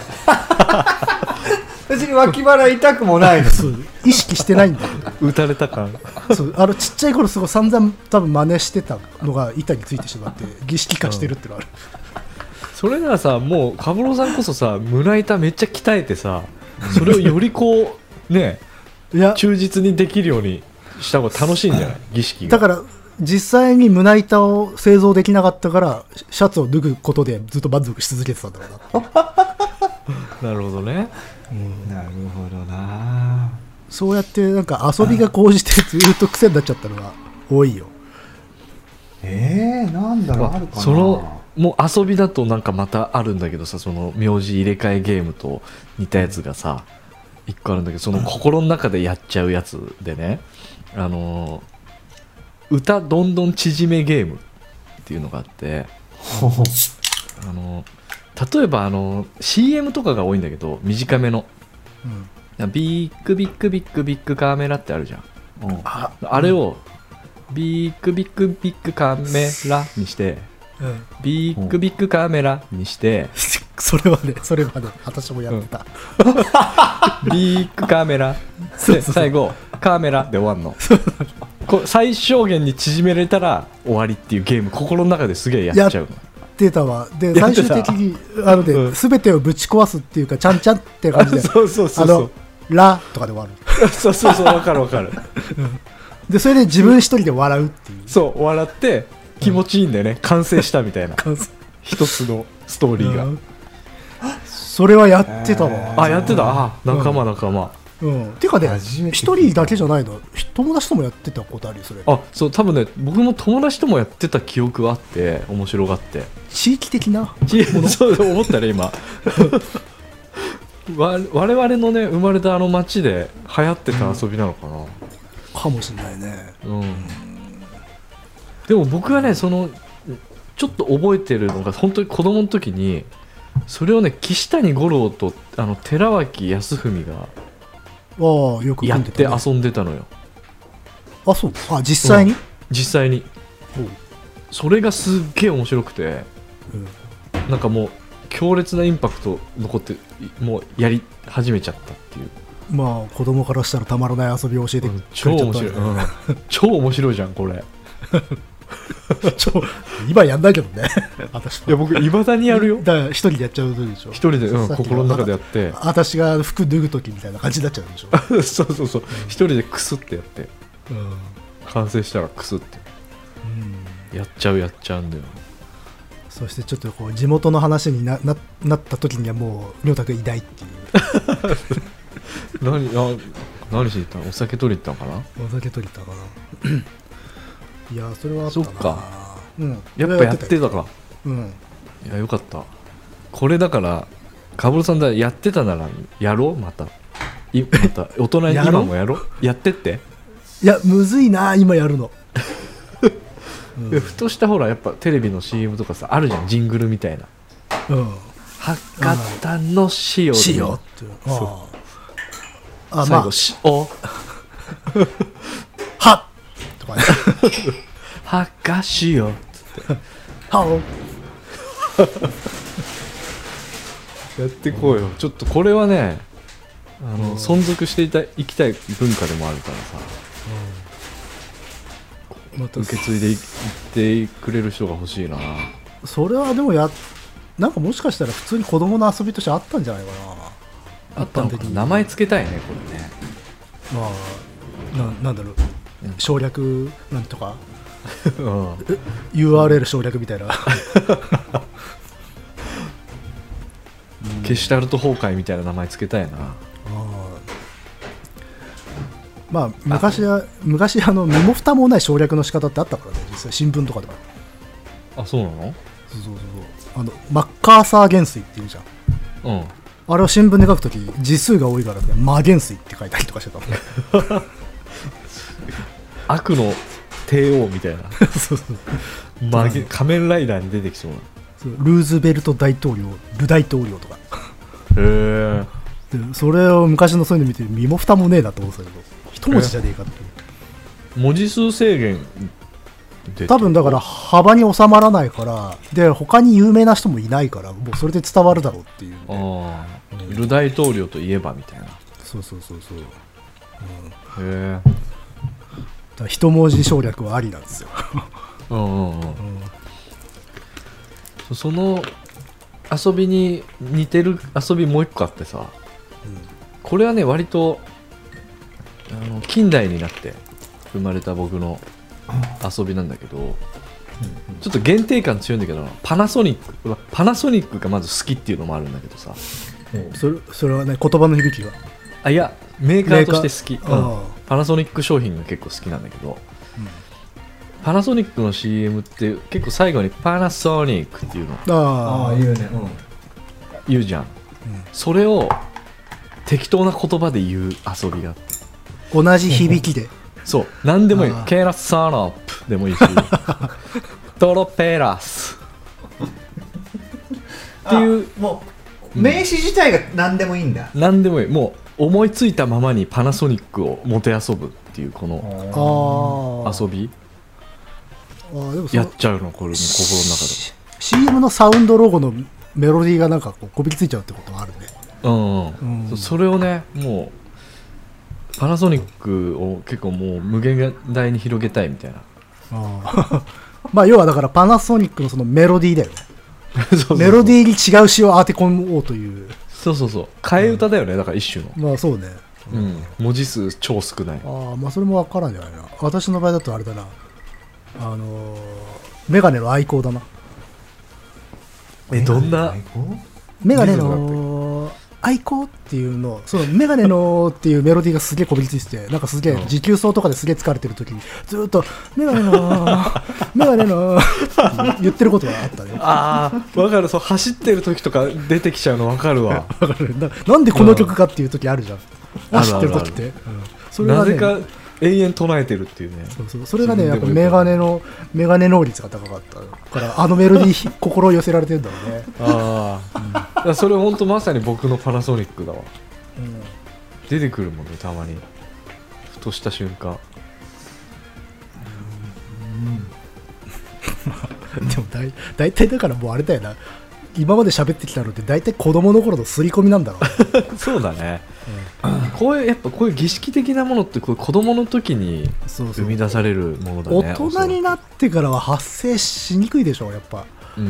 別に脇腹痛くもないの。 意識してないんだよ。 打たれた感。 そうちっちゃい頃すごい散々多分真似してたのが板についてしまって儀式化してるってのある。 それならさ、もうカブロさんこそさ胸板めっちゃ鍛えてさ、それをよりこうね忠実にできるようにした方が楽しいんじゃない？儀式が。 だから実際に胸板を製造できなかったからシャツを脱ぐことでずっと満足し続けてたんだろうななるほどね、 なるほどな。 そうやってなんか遊びが高じてずっと癖になっちゃったのが多いよ。 なんだろう、あるかな。 そのもう遊びだとなんかまたあるんだけどさ、その名字入れ替えゲームと似たやつがさ一個あるんだけど、その心の中でやっちゃうやつでね、歌どんどん縮めゲームっていうのがあって、例えばCM とかが多いんだけど短めの、ビッグビッグビッグビッグカメラってあるじゃん、あれをビッグビッグビッグカメラにして、ビッグビッグカメラにしてそれはね私もやってた、 ビッグカメラで最後カメラで終わんの最小限に縮められたら終わりっていうゲーム心の中ですげえやっちゃうの。 データはで最終的に全てをぶち壊すっていうかちゃんちゃんって感じでそうラとかで終わるそう分かる分かるでそれで自分一人で笑うっていう、 そう笑って気持ちいいんだよね、完成したみたいな一つのストーリーが、 それはやってたわ、 やってた、仲間、 てかね一人だけじゃないの、友達ともやってたことあるよそれ。 そう多分ね僕も友達ともやってた記憶があって面白がって、 地域的なそう思ったね今我々のね生まれた町で流行ってた遊びなのかな、 かもしれないね、 でも僕はねちょっと覚えてるのが本当に子供の時にそれをね岸谷五郎と寺脇康文がよくやって遊んでたのよ。 そう実際に、 実際にそれがすっげえ面白くて、なんかもう強烈なインパクト残ってもうやり始めちゃったっていう。 まあ子供からしたらたまらない遊びを教えてくれちゃった、 超面白い、超面白いじゃんこれ今やんないけどね私いや僕いまだにやるよ。 だから一人でやっちゃうでしょ。 一人で、心の中でやって、 私が服脱ぐ時みたいな感じになっちゃうでしょそう、一人でクスってやって、完成したらクスって、やっちゃうんだよ。 そしてちょっとこう地元の話になった時にはもう亮太君いないっていう何しに行ったの？お酒取りに行ったのかな。 お酒取りに行ったかないやそれはあったな。 そっか、やっぱやってたか。いやよかった。これだからカブロさんだやってたならやろう、また大人に今もやろうやってって。 いやむずいな今やるのふとしたほらやっぱテレビの CM とかさあるじゃん、ジングルみたいな、博多の塩って最後塩はっとかねはがしよっつってはおやってこうよ。ちょっとこれはね存続していきたい文化でもあるからさ、また受け継いでいってくれる人が欲しいな。 それはでもなんかもしかしたら普通に子供の遊びとしてあったんじゃないかな。 あったのかな。名前つけたいねこれね。 まあなんだろう、省略なんとかURL 省略みたいなゲシュタルト崩壊みたいな名前つけたいな。 まあ昔身も蓋もない省略の仕方ってあったからね、実際新聞とかでも。 そうなの？ そうマッカーサー元帥っていうじゃん。あれを新聞で書くとき字数が多いからね、魔元帥って書いたりとかしてたもん悪の帝王みたいな仮面ライダーに出てきそうな。 ルーズベルト大統領、ル大統領とか。 へえ。それを昔のそういうの見て身も蓋もねえなと思ってたけど、一文字じゃねえかっていう。 文字数制限多分だから幅に収まらないから、で他に有名な人もいないからもうそれで伝わるだろうっていう。 ル大統領といえばみたいな。 そう、 へえ。 だ一文字省略はありなんですよその遊びに似てる遊びもう一個あってさ、これはね割と近代になって生まれた僕の遊びなんだけど、ちょっと限定感強いんだけど、パナソニックがまず好きっていうのもあるんだけどさ。 それはね、言葉の響きが。 いやメーカーとして好き、パナソニック商品が結構好きなんだけど、パナソニックの CM って結構最後にパナソニックっていうの言うね、 言うじゃん、それを適当な言葉で言う遊びがあって、 同じ響きで、 そう何でもいい、ケラサナップでもいいしトロペラスっていう、 もう名詞自体が何でもいいんだ、 何でもいい、もう思いついたままにパナソニックをもてあそぶっていうこの遊びやっちゃうの、これも心の中で CM のサウンドロゴのメロディーがなんかこびりついちゃうってことがあるね。 それをね、もうパナソニックを結構もう無限大に広げたいみたいな。 まあ要はだからパナソニックのそのメロディーだよね。メロディーに違う詩を当て込もうという。 そう替え歌だよね、だから一種の。 まあそうね、 文字数超少ない。 まあそれも分からんじゃないな。私の場合だとあれだな、メガネの愛好だな。 どんなメガネの愛好っていうの、そのメガネのっていうメロディーがすげえこびりついてて、なんかすげえ持久走とかですげえ疲れてる時にずっとメガネのメガネの言ってることがあったね。 分かる、そう走ってる時とか出てきちゃうの分かるわ。 分かる。なんでこの曲かっていう時あるじゃん、走ってる時って。それはね、 なぜか永遠唱えてるっていうね。 それがね、やっぱメガネ能率が高かったから、メロディー心を寄せられてるんだろうね。 それ本当まさに僕のパナソニックだわ。出てくるもんね、たまにふとした瞬間。 でも大体だからもうあれだよな、今まで喋ってきたのって大体子供の頃の刷り込みなんだろう。 そうだね、こういう儀式的なものってこう子供の時に生み出されるものだね。 大人になってからは発生しにくいでしょ、やっぱ。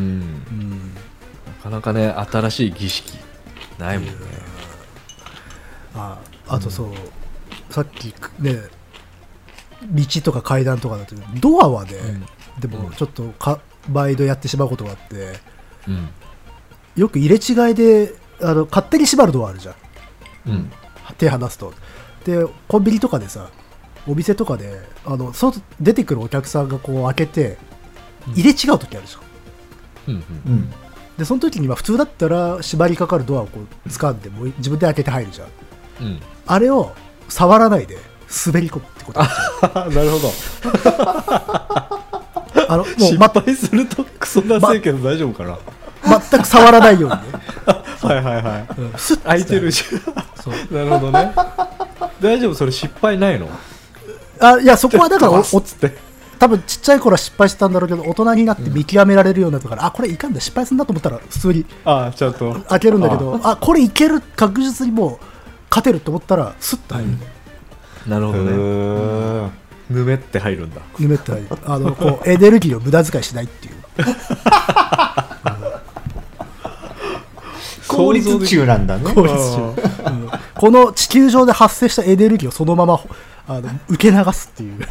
なかなかね、新しい儀式ないもんね。 あとさっきね、道とか階段とかだとドアはね、でもちょっと毎度やってしまうことがあって、よく入れ違いで勝手に閉まるドアあるじゃん、手離すと。でコンビニとかでさ、お店とかで外出てくるお客さんがこう開けて入れ違う時あるじゃん、でその時には普通だったら縛りかかるドアをこう掴んでもう自分で開けて入るじゃん、あれを触らないで滑り込むってことになっちゃう。 なるほど。もう失敗するとクソだせえけど大丈夫かな。 全く触らないようにね。 スッと開いてるし。なるほどね。大丈夫、それ失敗ないの？ いや、そこはだから多分ちっちゃい頃は失敗したんだろうけど、大人になって見極められるようになったから、これいかんだ、失敗するんだと思ったら普通にちゃんと開けるんだけど、これいける、確実にもう勝てると思ったらスッと入るね。 なるほどね。ぬめって入るんだ。 ぬめって入る。こうエネルギーを無駄遣いしないっていう。 効率中なんだね。 効率中。この地球上で発生したエネルギーをそのまま受け流すっていう。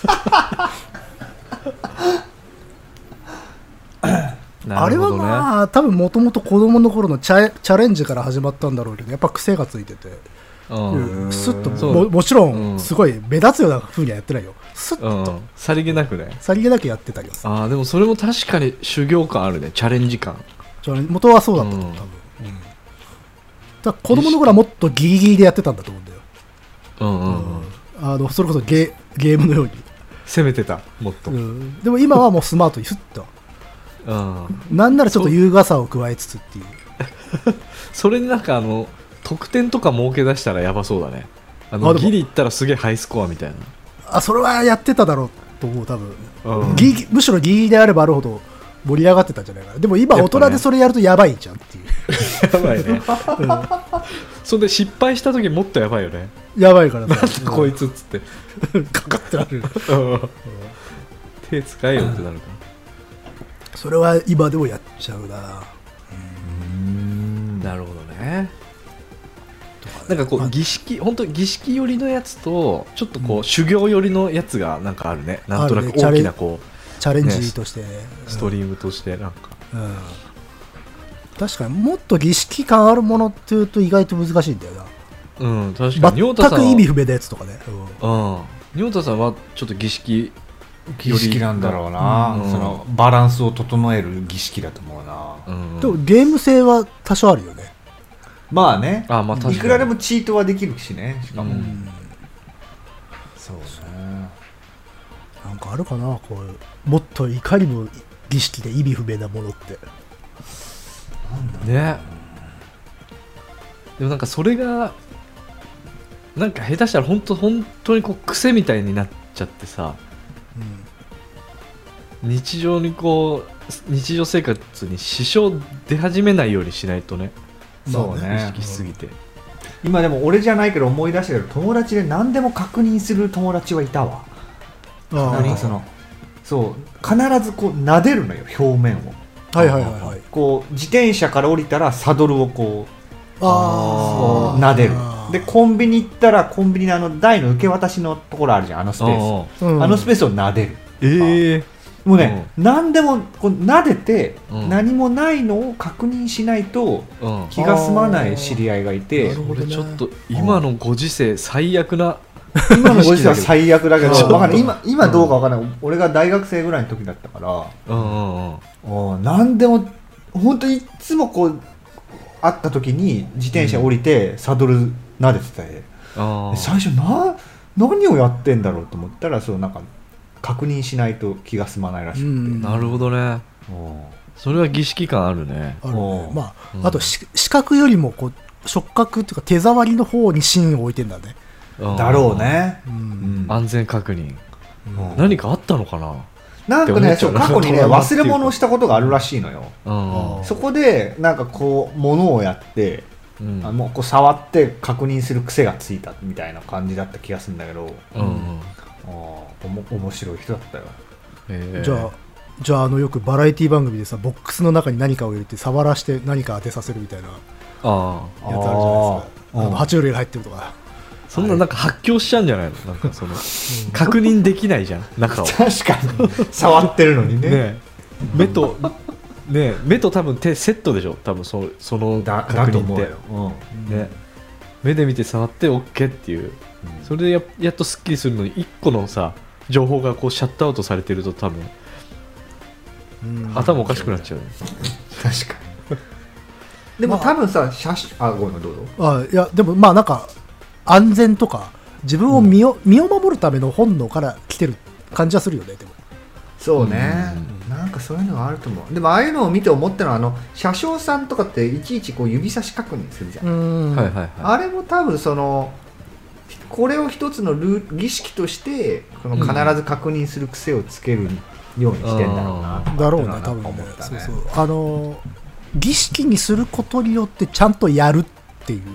あれはまあ多分もともと子供の頃のチャレンジから始まったんだろうけど、やっぱ癖がついてて、スッと もちろんすごい目立つような風にはやってないよ。スッとさりげなくね、 さりげなくやってたりは。 でもそれも確かに修行感あるね。チャレンジ感。 元はそうだったと思う、多分。だから子供の頃はもっとギリギリでやってたんだと思うんだよ。それこそゲームのように攻めてた、もっと。 でも今はもうスマートにスッと。なんならちょっと優雅さを加えつつっていう。 それになんか得点とか設け出したらやばそうだね。ギリいったらすげえハイスコアみたいな。 それはやってただろうと思う、多分。むしろギリギリであればあるほど盛り上がってたんじゃないかな。でも今大人でそれやるとやばいじゃんっていう。 やばいね。それで失敗した時もっとやばいよね。 やばいからさ。こいつっつってかかってなる。 手使えよってなるから。 それは今でもやっちゃうな。 なるほどね。 とかなんかこう儀式、本当儀式寄りのやつとちょっとこう修行寄りのやつがなんかあるね。なんとなく大きなこうチャレンジとして、 ストリームとしてなんか、 確かにもっと儀式感あるものっていうと意外と難しいんだよな。 確かに全く意味不明なやつとかね。 仁太さんはちょっと儀式なんだろうな、そのバランスを整える儀式だと思うな。 でもゲーム性は多少あるよね。 まあね、 まあ確かにいくらでもチートはできるしね。しかも、そうね。 なんかあるかな、こうもっといかにも儀式で意味不明なものってね。でもなんかそれがなんか下手したら本当にこう癖みたいになっちゃってさ、日常生活に支障出始めないようにしないとね。 そうね、 意識しすぎて、 今でも俺じゃないけど思い出したけど、友達で何でも確認する友達はいたわ。なんかそう必ずこう撫でるのよ、表面を。こう自転車から降りたらサドルをこう撫でる。でコンビニ行ったらコンビニの台の受け渡しのところあるじゃん、あのスペース、あのスペースを撫でる。もうね、何でもこう撫でて、何もないのを確認しないと気が済まない知り合いがいて、 俺ちょっと今のご時世最悪な今のご時世は最悪だけど今どうかわからない。俺が大学生ぐらいの時だったから、何でも本当いつもこう会った時に自転車降りてサドル撫でてて、最初何をやってんだろうと思ったら、そうなんか確認しないと気が済まないらしくて。 なるほどね。それは儀式感あるね。 まああと視覚よりもこう触覚っていうか手触りの方に芯を置いてんだね。 だろうね。 安全確認。何かあったのかな。 なんかね、過去にね忘れ物をしたことがあるらしいのよ。そこでなんかこう物をやって、もうこう触って確認する癖がついたみたいな感じだった気がするんだけど、面白い人だったよ。 じゃあよくバラエティ番組でさ、ボックスの中に何かを入れて触らして何か当てさせるみたいなやつあるじゃないですか。爬虫類が入ってるとか。 そんななんか発狂しちゃうんじゃないの。なんかその確認できないじゃん中を。 確かに触ってるのにね。 目と多分手セットでしょ。多分その確認って目で見て触って OK っていう。それでやっとスッキリするのに1個のさ情報がこうシャットアウトされてると多分頭おかしくなっちゃう。 確かに。でも多分さ、ごめんどうぞ。 いやでもまあなんか安全とか自分を身を守るための本能から来てる感じはするよね。でもそうね、なんかそういうのがあると思う。でもああいうのを見て思ったのは、車掌さんとかっていちいちこう指差し確認するじゃん。あれも多分これを一つの儀式として必ず確認する癖をつけるようにしてんだろうな。 だろうね、多分ね。そう儀式にすることによってちゃんとやるっていう、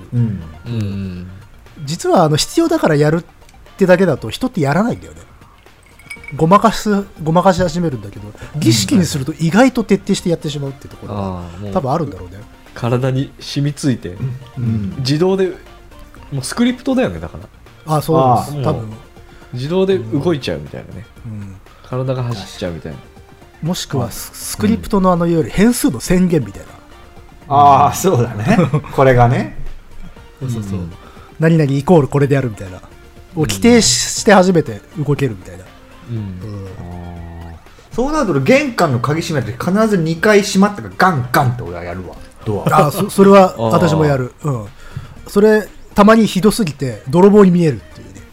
実は必要だからやるってだけだと人ってやらないんだよね。ごまかし始めるんだけど、儀式にすると意外と徹底してやってしまうっていうところが多分あるんだろうね。 体に染みついて、自動でもうスクリプトだよね。だからそうです。多分自動で動いちゃうみたいなね。体が走っちゃうみたいな。 もしくはスクリプトのいわゆる変数の宣言みたいな。 そうだね。これがね。 そう何々イコールこれでやるみたいなを規定して初めて動けるみたいな。 そうなると玄関の鍵閉めて必ず2回閉まったからガンガンって俺はやるわ、ドア。 それは私もやる。それたまにひどすぎて泥棒に見えるっていうね。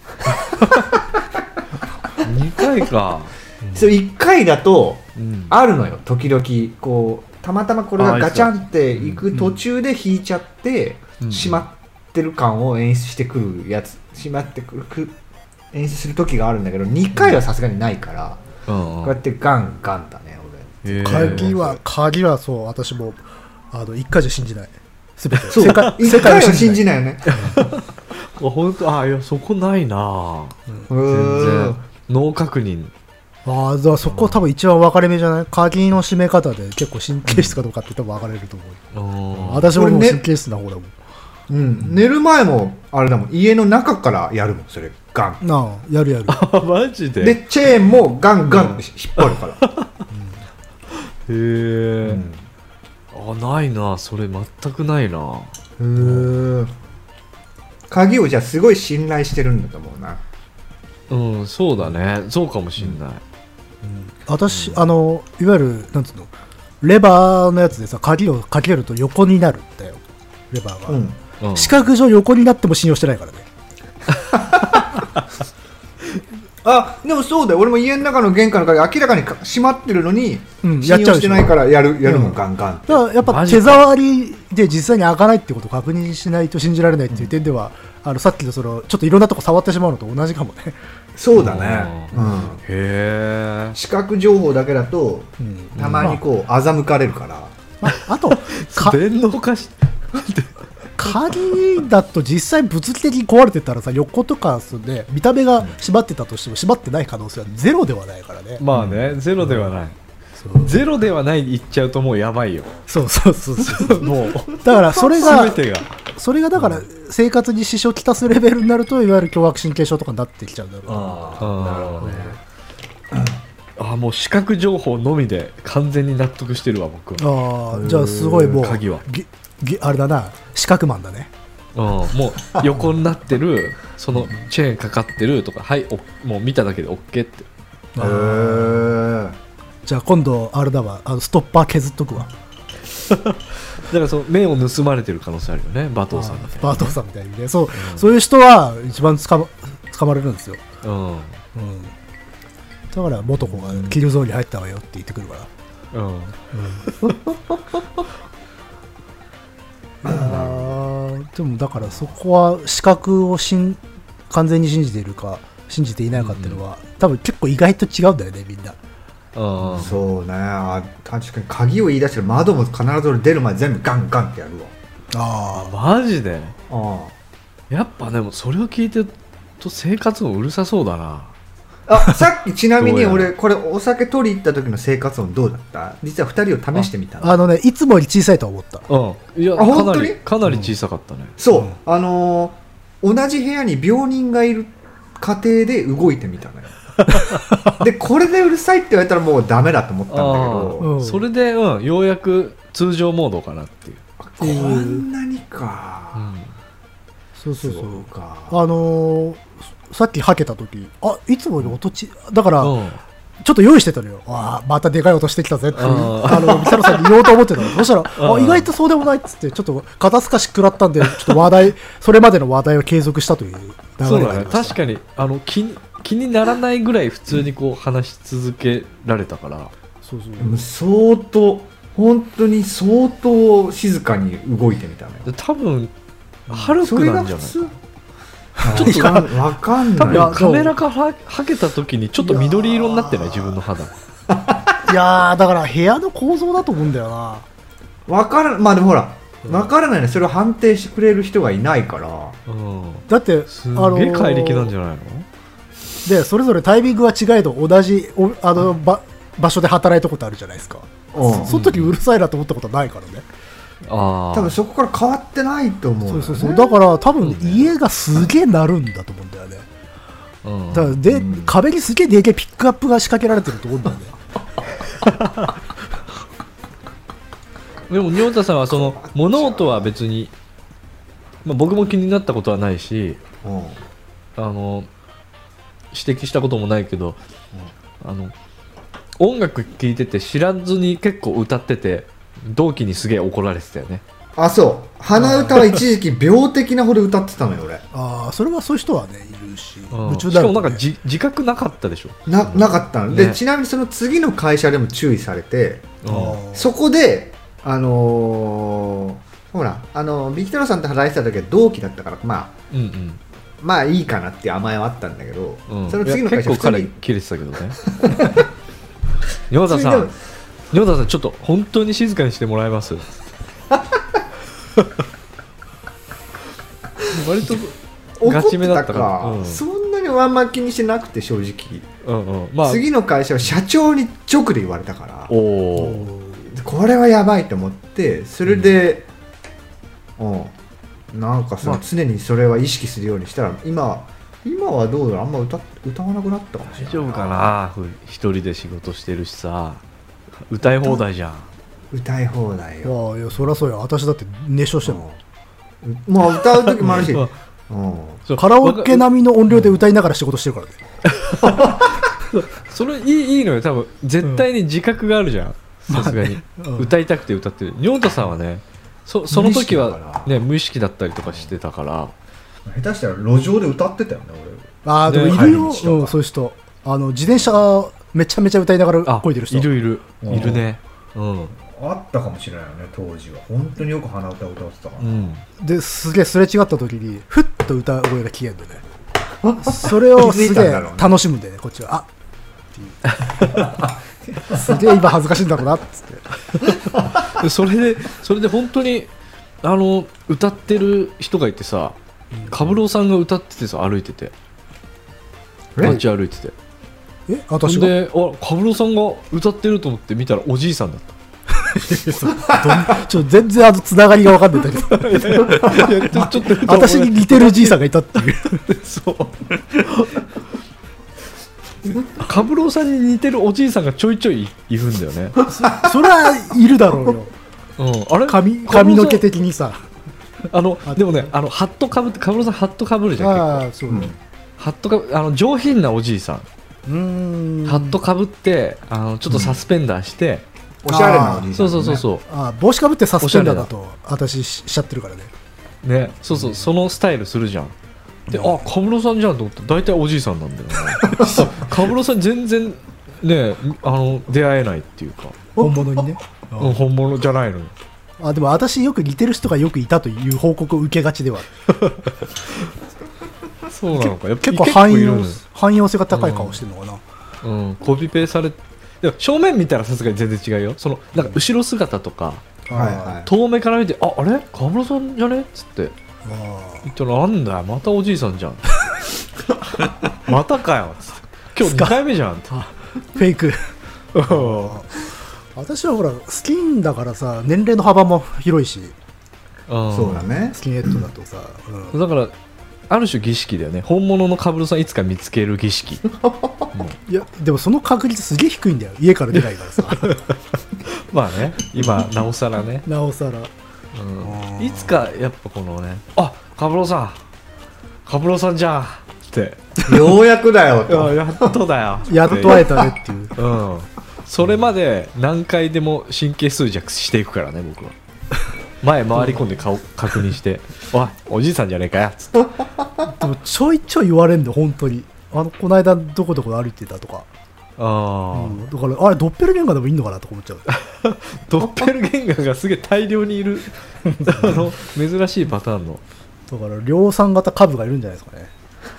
2回か。 それ1回だとあるのよ、時々こうたまたまこれがガチャンっていく途中で引いちゃって閉まってる感を演出してくるやつ、閉まってくる演出する時があるんだけど、2回はさすがにないから、こうやってガンガンだね俺。 鍵はそう、私も1回じゃ信じない。全て 1回は信じないよね。 本当いやそこないな。全然脳確認。 そこ多分一番分かれ目じゃない。鍵の閉め方で結構神経質かどうかって多分分かれると思う。私ももう神経質な方だもん。 うん、寝る前もあれだもん、家の中からやるもんそれ、ガン。 なあ、やるやる。 マジで。 でチェーンもガンガンって引っ張るから。 へえ、ないな、それ全くないな。 鍵をじゃあすごい信頼してるんだと思うな。 うん、そうだね、そうかもしんない。 私、いわゆるなんつうの、レバーのやつでさ、鍵をかけると横になるんだよ、レバーが。視覚上横になっても信用してないからね。 あ、でもそうだよ、俺も家の中の玄関の鍵明らかに閉まってるのに、信用してないからやるもん、ガンガンって。 だからやっぱ手触りで実際に開かないってことを確認しないと信じられないっていう点では、さっきのそのちょっといろんなとこ触ってしまうのと同じかもね。 そうだね。 へえ。 視覚情報だけだと、たまにこう欺かれるから。 あと電動化し鍵だと実際物理的に壊れてたらさ、横とかで見た目が閉まってたとしても閉まってない可能性はゼロではないからね。 まあね、ゼロではない。ゼロではない言っちゃうともうやばいよ。 そうもうだからそれがだから生活に支障をきたすレベルになると、いわゆる強迫神経症とかになってきちゃうんだろう。 なるほどね。 もう視覚情報のみで完全に納得してるわ、僕は。 じゃあすごいもう鍵はあれだな、視覚マンだね。 もう横になってる、そのチェーンかかってるとか、はい、もう見ただけで OK って。 じゃあ今度あれだわ、ストッパー削っとくわ。 だからその目を盗まれてる可能性あるよね、馬頭さんみたいな。 馬頭さんみたいにね、そういう人は一番捕まれるんですよ。だから元子がキルゾーンに入ったわよって言ってくるから。でもだからそこは視覚を完全に信じているか信じていないかっていうのは、多分結構意外と違うんだよね、みんな。 そうね、確かに鍵を言い出したら窓も必ず俺出る前全部ガンガンってやるわ。 マジで。やっぱでもそれを聞いてると生活音うるさそうだな。 さっきちなみに俺これお酒取り行った時の生活音どうだった？実は2人を試してみたの。いつもより小さいと思った。 いや、かなり小さかったね。 そう、同じ部屋に病人がいる家庭で動いてみたのよ。でこれでうるさいって言われたらもうダメだと思ったんだけど、 それでようやく通常モードかなっていう。 こんなにか。 そうか。さっきはけた時、いつもより音だから、ちょっと用意してたのよ。またでかい音してきたぜって三太郎さんに言おうと思ってたの。そしたら意外とそうでもないっつって、ちょっと肩透かし食らったんで、ちょっとそれまでの話題を継続したという流れがありました。そうだね、 確かに気にならないぐらい普通にこう話し続けられたから。 相当本当に相当静かに動いてみたね。 多分ハルクなんじゃない？ ちょっとわかんない。 多分カメラがはけた時にちょっと緑色になってない？自分の肌。 いやだから部屋の構造だと思うんだよな。 まあでもほらわからないね。それを判定してくれる人がいないから。 だってすげえ怪力なんじゃないの？ でそれぞれタイミングは違えど同じ場所で働いたことあるじゃないですか。その時うるさいなと思ったことはないからね。 多分そこから変わってないと思う。 そうだから多分家がすげえ鳴るんだと思うんだよね。だからで壁にすげえでけえピックアップが仕掛けられてると思うんだよね。 でも仁太さんはその物音は別に、僕も気になったことはないし、指摘したこともないけど、音楽聴いてて知らずに結構歌ってて同期にすげえ怒られてたよね。 そう鼻歌は一時期病的なほど歌ってたのよ俺。 それはそういう人はねいるし、 夢中だ、ね、しかもなんか自覚なかったでしょ。 なかったので、ね、ちなみにその次の会社でも注意されて、そこでほらビキタロさんと働いてた時は同期だったからまあいいかなっていう甘えはあったんだけど、その次の会社結構彼切れてたけどね。仁太さんちょっと本当に静かにしてもらえます？割とガチめだったから、 そんなにあんま気にしてなくて正直、次の会社は社長に直で言われたから、これはやばいと思って、それで、 なんかさ、常にそれは意識するようにしたら今はどうだろう、あんま歌わなくなったかもしれない。 大丈夫かな、一人で仕事してるしさ、歌い放題じゃん。 歌い放題よ。 いやそりゃそうや、私だって熱唱しても、 まあ歌う時もあるしカラオケ並みの音量で歌いながら仕事してるからね。 それいいのよ、多分絶対に自覚があるじゃん、さすがに、歌いたくて歌ってる。仁太さんはね、その時はね無意識だったりとかしてたから、 下手したら路上で歌ってたよね俺。でもいるよ、そういう人。自転車めちゃめちゃ歌いながら漕いでる人いるね。 あったかもしれないよね、当時は。本当によく鼻歌歌ってたから、 ですげえすれ違った時にふっと歌声が消えるんでね。それをすげえ楽しむんでね、こっちは。っていうすげえ今恥ずかしいんだろうなっつって。 それで本当に歌ってる人がいてさ、カブローさんが歌っててさ、歩いてて、街歩いてて、 私がで、カブローさんが歌ってると思って見たらおじいさんだった。 全然つながりが分かんないんだけど、ちょっと私に似てるじいさんがいたっていう。 そう、カブローさんに似てるおじいさんがちょいちょいいるんだよね。 それはいるだろうよ、あれ髪の毛的にさ。 でもね、ハットかぶって、カブローさんハットかぶるじゃん。そうね、ハットか上品なおじいさん、ハットかぶってちょっとサスペンダーして、 おしゃれなおじいさん、ね、 そう帽子かぶってサスペンダーだと私しちゃってるからね。 そうそのスタイルするじゃん。で、カブロさんじゃんと思って、大体おじいさんなんだよね。カブロさん全然ね出会えないっていうか、 本物にね、 本物じゃないのに。 でも私よく似てる人がよくいたという報告を受けがちではある。 そうなのか、やっぱ結構汎用性が高い顔してるのかな。 コピペされ、正面見たらさすがに全然違うよ。なんか後ろ姿とか、遠目から見て、あれカブロさんじゃねっつって言ったら、なんだよまたおじいさんじゃんまたかよっつって、今日2回目じゃんって。 フェイク。私はほらスキンだからさ、年齢の幅も広いし、 そうだね、 スキンヘッドだとさ、 だからある種儀式だよね。本物のカブロさんいつか見つける儀式。 いやでもその確率すげえ低いんだよ、家から出ないからさ。 まあね、今なおさらね、 なおさら、 いつかやっぱこのね、カブロさんじゃんってようやくだよとやっとだよやっと会えたねっていう、 それまで何回でも神経衰弱していくからね、僕は。前回り込んで顔確認しておじいさんじゃねえかよっつって。 でもちょいちょい言われるんだよ本当に。この間どこどこ歩いてたとか、だからあれドッペルゲンガーでもいいのかなとか思っちゃう。 ドッペルゲンガーがすげえ大量にいる珍しいパターンの、 だから量産型株がいるんじゃないですかね。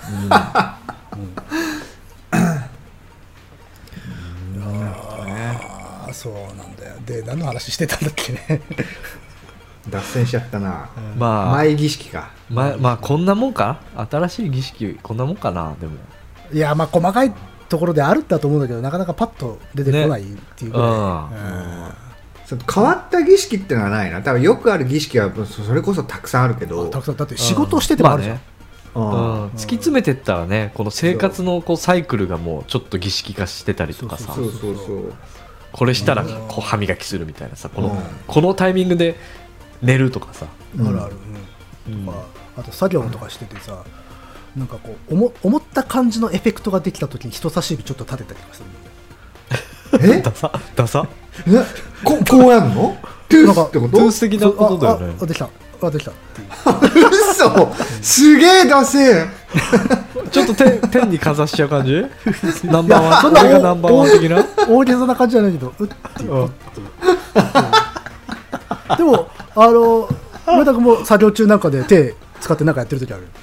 そうなんだよ。で何の話してたんだっけね。 脱線しちゃったな。 前儀式か。 まあこんなもんか、新しい儀式こんなもんかな。でもいや細かいところであるんだと思うんだけど、なかなかパッと出てこないっていうぐらい、 変わった儀式ってのはないな。多分よくある儀式はそれこそたくさんあるけど、 たくさんだって仕事しててもあるじゃん。 突き詰めてったらね、この生活のサイクルがもうちょっっと儀式化してたりとかさ、これしたら歯磨きするみたいなさ、このタイミングで寝るとかさ、 あるある、あと作業とかしててさ、なんかこう思った感じのエフェクトができた時に人差し指ちょっと立てたりとかする。 ダサこうやんの？トゥースってこと？ トゥース的なことだよね。 できたっていう。 嘘、すげえダセー。 ちょっと天にかざしちゃう感じ？ナンバーワン、そんな俺がナンバーワン的な大げさな感じじゃないけど、っていう。でも上田君も作業中なんかで手使ってなんかやってる時あるって。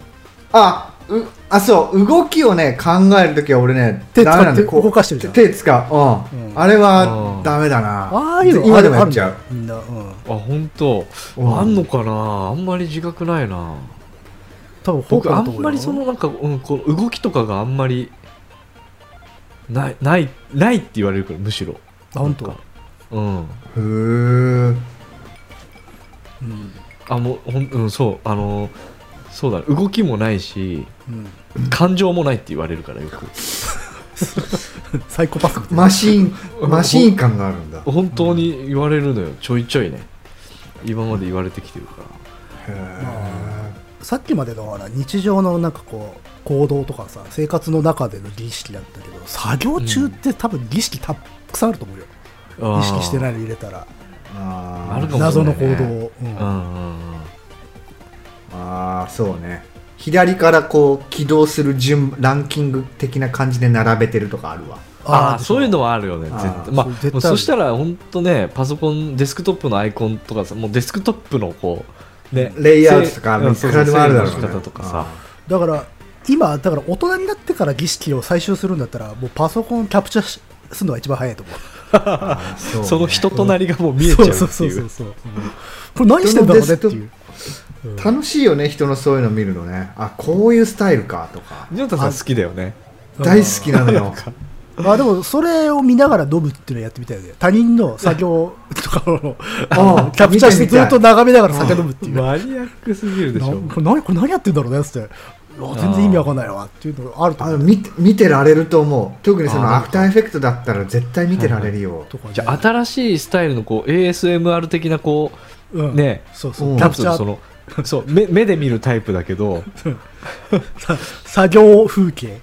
そう動きをね考えるときは俺ね手使って動かしてるじゃん。 手使う、あれはダメだな。 ああいうの今でもやっちゃう。 みんな、 本当あんのかな。あんまり自覚ないな。 多分僕あんまりなんか、この動きとかがあんまりないって言われるから、むしろ。 本当。 へえ。 もうそうそうだ、動きもないし、感情もないって言われるからよくサイコパスマシーン感があるんだ。 本当に言われるのよ、ちょいちょいね、今まで言われてきてるから。 さっきまでの日常のなんかこう行動とかさ、生活の中での儀式だったけど、作業中って多分儀式たくさんあると思うよ、意識してないの入れたら。 あるかもしれないね、 謎の行動、 そうね、左からこう起動するランキング的な感じで並べてるとかあるわ。 そういうのはあるよね、絶対。そしたら本当ね、パソコンデスクトップのアイコンとかさ、もうデスクトップのこう、ね、 レイアウトとかいくらでもあるだろうね。 とかさ、 だから今だから大人になってから儀式を採集するんだったら、もうパソコンキャプチャーするのが一番早いと思う。 その人となりがもう見えちゃうっていう。 これ何してんだろうねっていう。 楽しいよね、人のそういうの見るのね。こういうスタイルかとか。 ジョンタさん好きだよね。 大好きなのよ。 でもそれを見ながら飲むっていうのやってみたいよね。他人の作業とかをキャプチャーしてずっと眺めながら酒飲むっていう。 マニアックすぎるでしょ。 これ何やってんだろうねって。全然意味わかんないわっていうのあると思う。 見てられると思う。特にそのアフターエフェクトだったら絶対見てられるよ。 じゃあ新しいスタイルのこう ASMR 的なこうね、キャプチャー、そう目で見るタイプだけど作業風景、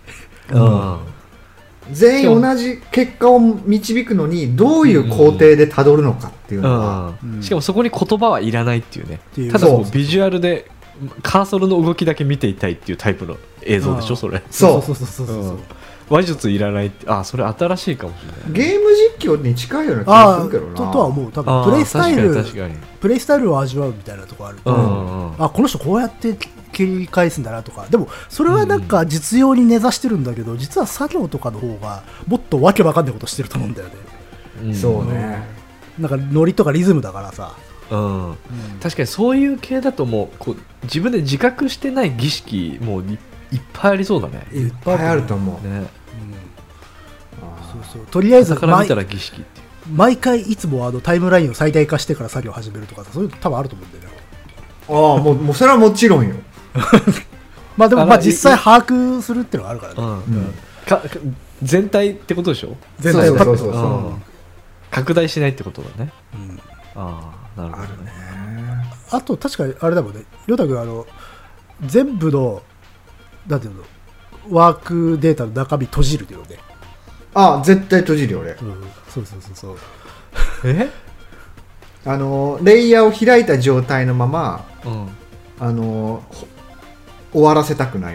全員同じ結果を導くのにどういう工程でたどるのかっていうのは、 しかもそこに言葉はいらないっていうね。ただこうビジュアルでカーソルの動きだけ見ていたいっていうタイプの映像でしょ、それ。 そう話術いらないって。それ新しいかもしれない。 ゲーム実況に近いような気がするけどな。 とは思う。多分プレイスタイルを味わうみたいなところあると、この人こうやって切り返すんだなとか。でもそれはなんか実用に根ざしてるんだけど、実は作業とかの方がもっとわけわかんないことしてると思うんだよね。 そうね。 なんかノリとかリズムだからさ。 確かにそういう系だともうこう自分で自覚してない儀式もういっぱいありそうだね。 いっぱいあると思うね。 とりあえずから見たら儀式って毎回いつもタイムラインを最大化してから作業を始めるとか、そういうの多分あると思うんだよね。もうそれはもちろんよ。 でも実際把握するっていうのがあるからね。 全体ってことでしょ。 全体を拡大しないってことだね。なるほどね。 あと確かにあれだもんね、ヨタ君全部のなんていうのワークデータの中身閉じるよね。 絶対閉じるよ俺。 そうレイヤーを開いた状態のまま、終わらせたくない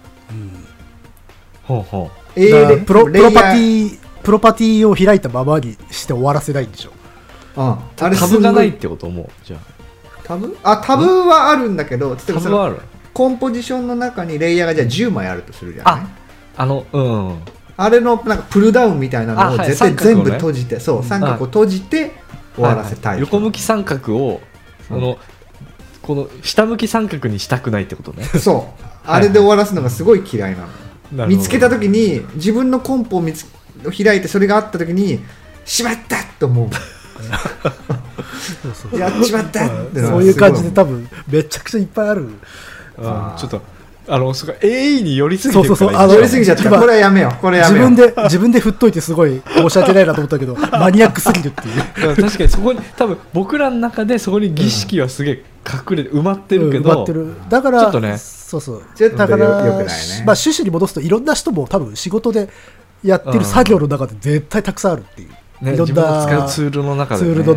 のよ。 プロパティを開いたままにして終わらせないんでしょ。 タブがないってことも。じゃあタブはあるんだけど、例えばそのコンポジションの中にレイヤーがじゃあ10枚あるとするじゃない。あれのなんかプルダウンみたいなのを絶対全部閉じて、三角を閉じて終わらせたい。 横向き三角をこの下向き三角にしたくないってことね。 あれで終わらすのがすごい嫌いなの。見つけた時に自分のコンポを開いてそれがあった時にしまったと思う。やっちまったってそういう感じで多分めちゃくちゃいっぱいある。 ちょっとAE に寄りすぎてるから寄りすぎちゃった。これはやめよう。 自分で振っといてすごい申し訳ないなと思ったけどマニアックすぎるっていう。 確かにそこに多分僕らの中でそこに儀式はすげえ隠れて埋まってるけど、 だからちょっとね、 だから趣旨に戻すといろんな人も多分仕事でやってる作業の中で絶対たくさんあるっていう。いろんな使うツールの中でっていう。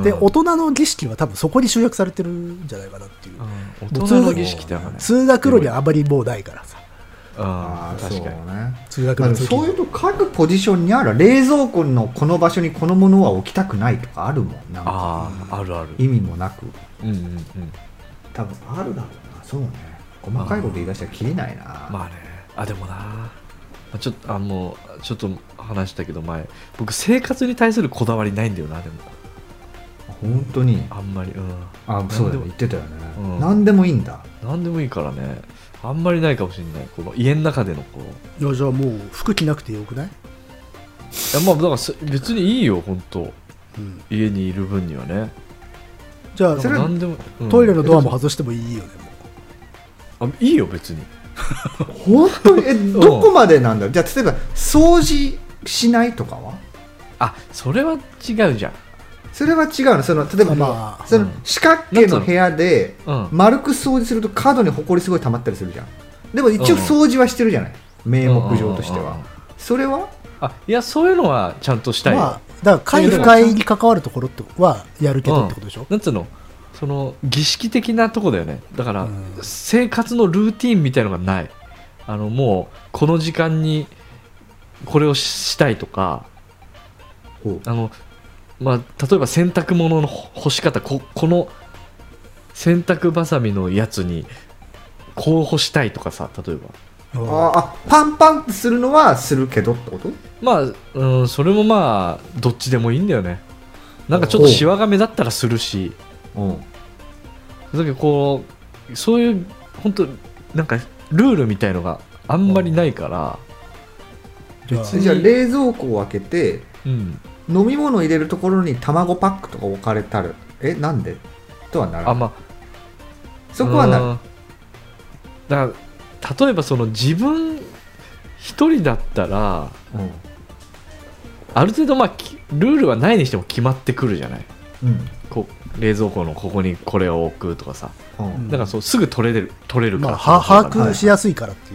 で大人の儀式は多分そこに集約されてるんじゃないかなっていう。 大人の儀式って通学路にはあまりもうないからさ。 確かにね。そういうと各ポジションにある冷蔵庫のこの場所にこのものは置きたくないとかあるもん。 ある意味もなく。多分あるだろうな。そうね。細かいこと言い出したらきりないな。 でもな。ちょっと話したけど前、僕生活に対するこだわりないんだよな。でも本当にあんまり。 そうだよ、言ってたよね。何でもいいんだ。 何でもいいからね。あんまりないかもしれない。この家の中でのじゃあもう服着なくてよくない？ だから別にいいよ本当。家にいる分にはね。 じゃあそれ何でも、 トイレのドアも外してもいいよね。 いいよ別に。 本当にどこまでなんだろう。じゃあ例えば掃除しないとかは？ それは違うじゃん。 それは違うの。その例えば、その四角形の部屋で丸く掃除すると角にほこりすごい溜まったりするじゃん。でも一応掃除はしてるじゃない、名目上としては。それはいや、そういうのはちゃんとしたいよ。 だから快不快に関わるところはやるけどってことでしょ。 なんつうの、その儀式的なとこだよね。だから生活のルーティンみたいのがない。もうこの時間にこれをしたいとか、例えば洗濯物の干し方、この洗濯ばさみのやつにこう干したいとかさ、例えばパンパンってするのはするけどってこと？ それもどっちでもいいんだよね。なんかちょっとシワが目立ったらするし、だけどそういう本当なんかルールみたいのがあんまりないから。 じゃあ冷蔵庫を開けて、飲み物入れるところに卵パックとか置かれたらなんでとはならない。そこはなる。 だから例えばその自分一人だったら、ある程度ルールはないにしても決まってくるじゃない、冷蔵庫のここにこれを置くとかさ、だからすぐ取れるから、 把握しやすいからっていう、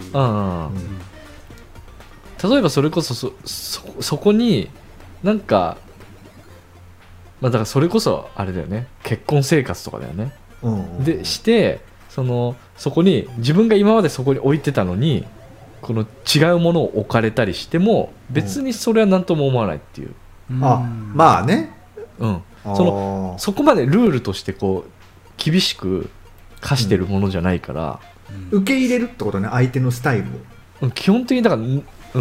例えばそれこそそこになんか、だからそれこそあれだよね、結婚生活とかだよね、でしてそこに自分が今までそこに置いてたのにこの違うものを置かれたりしても別にそれは何とも思わないっていう、 まあね、 そこまでルールとして厳しく課してるものじゃないから、 受け入れるってことね、相手のスタイルを。基本的にだから、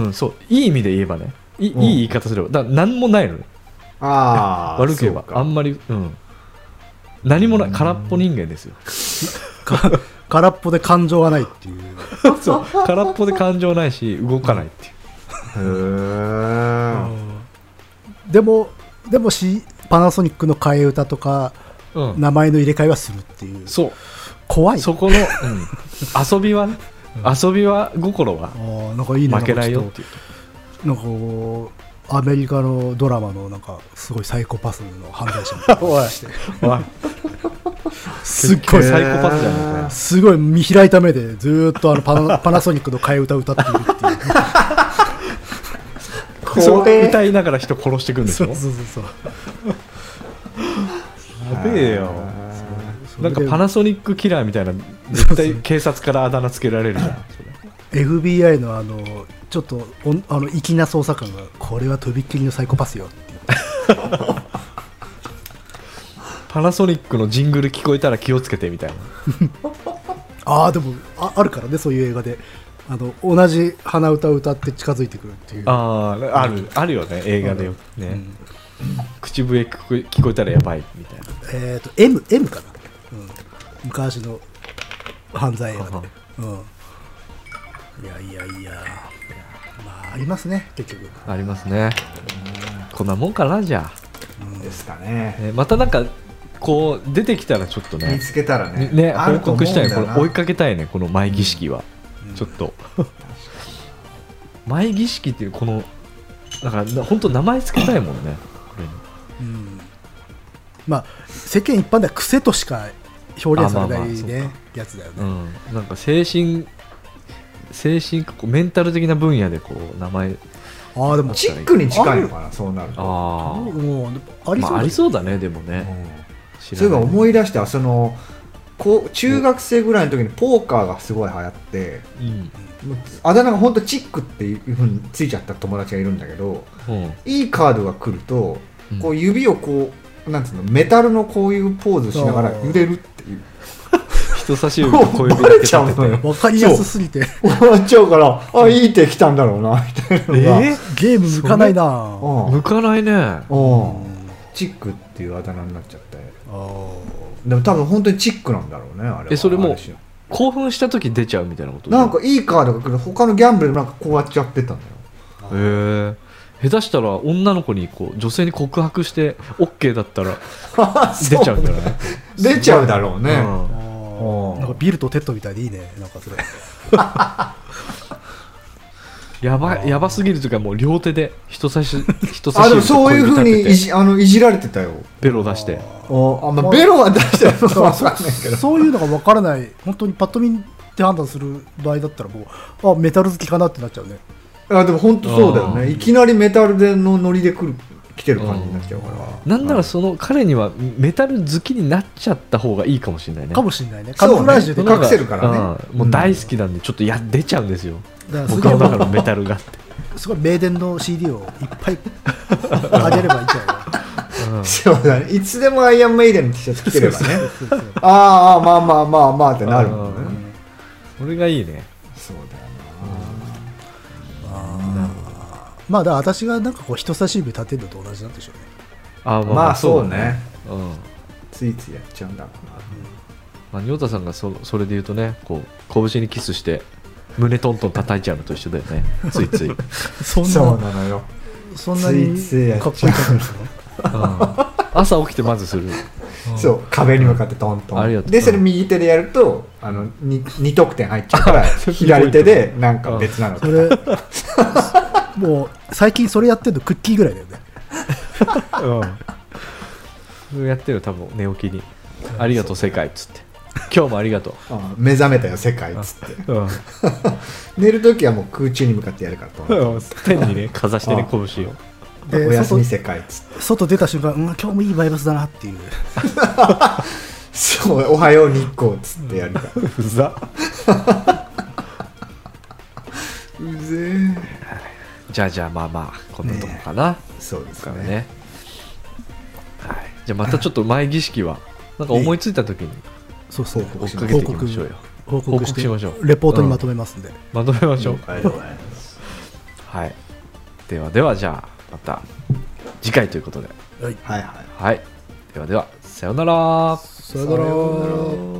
そういい意味で言えばね、いい言い方すればだから何もないのね。悪く言えばあんまり、何もない空っぽ人間ですよ。 空っぽで感情がないっていう。 そう空っぽで感情ないし動かないっていう。 でもパナソニックの替え歌とか、名前の入れ替えはするっていう。 そう怖い。 そこの、遊びはね、遊びは心は負けないよっていう。 なんかアメリカのドラマのなんかすごいサイコパスの犯罪者みたいなしてすっごいサイコパスじゃないか。 すごい見開いた目でずっとパナソニックの替え歌を歌っているっていう歌いながら人殺していくんでしょ。 そうやべえよ。なんかパナソニックキラーみたいな、絶対警察からあだ名つけられるじゃん。 FBI のちょっと粋な捜査官がこれはとびっきりのサイコパスよってパナソニックのジングル聞こえたら気をつけてみたいな。でも あるからね、そういう映画で同じ鼻歌を歌って近づいてくるっていう。 あるよね、映画でよね、口笛聞こえたらやばいみたいな。 M かな、昔の犯罪映画で。いやありますね、結局ありますね。こんなもんかな、じゃあ、ですかね。 またなんか出てきたらちょっとね、 見つけたらね報告したい。これ追いかけたいね、この前儀式は。ちょっと前儀式っていうだから本当名前つけたいもんね、これに。 世間一般では癖としか表現されないね、やつだよね。 なんか精神メンタル的な分野で名前。 でもチックに近いのかな、そうなると。 ありそうだね。でもね、 そういえば思い出した。中学生ぐらいの時にポーカーがすごい流行って、あだ名が本当チックっていう風についちゃった友達がいるんだけど、いいカードが来ると指をなんつうの、メタルのこういうポーズしながら揺れるっていう。 人差し指と小指だけ立てて分かりやすすぎて終わっちゃうから、いい手来たんだろうなみたいなのが。 ゲーム向かないな。 向かないね。 チックっていうあだ名になっちゃって。でも多分本当にチックなんだろうね、あれは。 それも興奮した時出ちゃうみたいなこと。 なんかいいカードが来る、他のギャンブルでなんかこうやっちゃってたんだよ。 下手したら女の子にこう女性に告白して OK だったら出ちゃうんじゃない出ちゃうだろうね、 なんかビルとテッドみたいでいいね、なんかそれやばすぎるというか、もう両手で人差し指とでもそういう風にいじられてたよ、 ベロ出して。 ベロは出してるのか分かんないけど、 そういうのが分からない、本当にパッと見って判断する場合だったらもうメタル好きかなってなっちゃうね。 でも本当そうだよね、いきなりメタルでのノリで来てる感じになっちゃうから、 なんならその彼にはメタル好きになっちゃった方がいいかもしれないね。 かもしれないね。カモフラージュで隠せるからね、 もう大好きなんでちょっと出ちゃうんですよ、 僕の中のメタルがって。 すごい名電の CD をいっぱいあげればいいんじゃないかな。 そうだね、いつでもアイアンメイデンの T シャツ着てればねああまあってなるもんね。 それがいいね。 そうだよまあだから私がなんかこう人差し指立てるのと同じなんでしょうね。 まあそうね、ついついやっちゃうんだろうな。仁田さんがそれで言うとね、こう拳にキスして胸トントン叩いちゃうのと一緒だよねついついそうなのよ、 そんなにかっこいいかんですか朝起きてまずするそう壁に向かってトントンで、それ右手でやると2得点入っちゃうから左手でなんか別なのそれもう最近それやってるのクッキーぐらいだよねそれやってる多分寝起きにありがとう世界っつって今日もありがとう、 目覚めたよ世界っつって、寝るときはもう空中に向かってやるから天にねかざしてね拳をおやすみ世界っつって外出た瞬間、今日もいいバイブスだなっていうそうおはよう日光っつってやるからうざうぜえ。 じゃあまあこんなとこかな、 そうですね、 じゃあまたちょっと前儀式はなんか思いついた時にそうそう追っかけていきましょうよ。 報告しましょう。 レポートにまとめますんで、 まとめましょう。はい。ではじゃあまた次回ということで。 はい。 ではさようなら。 さようなら。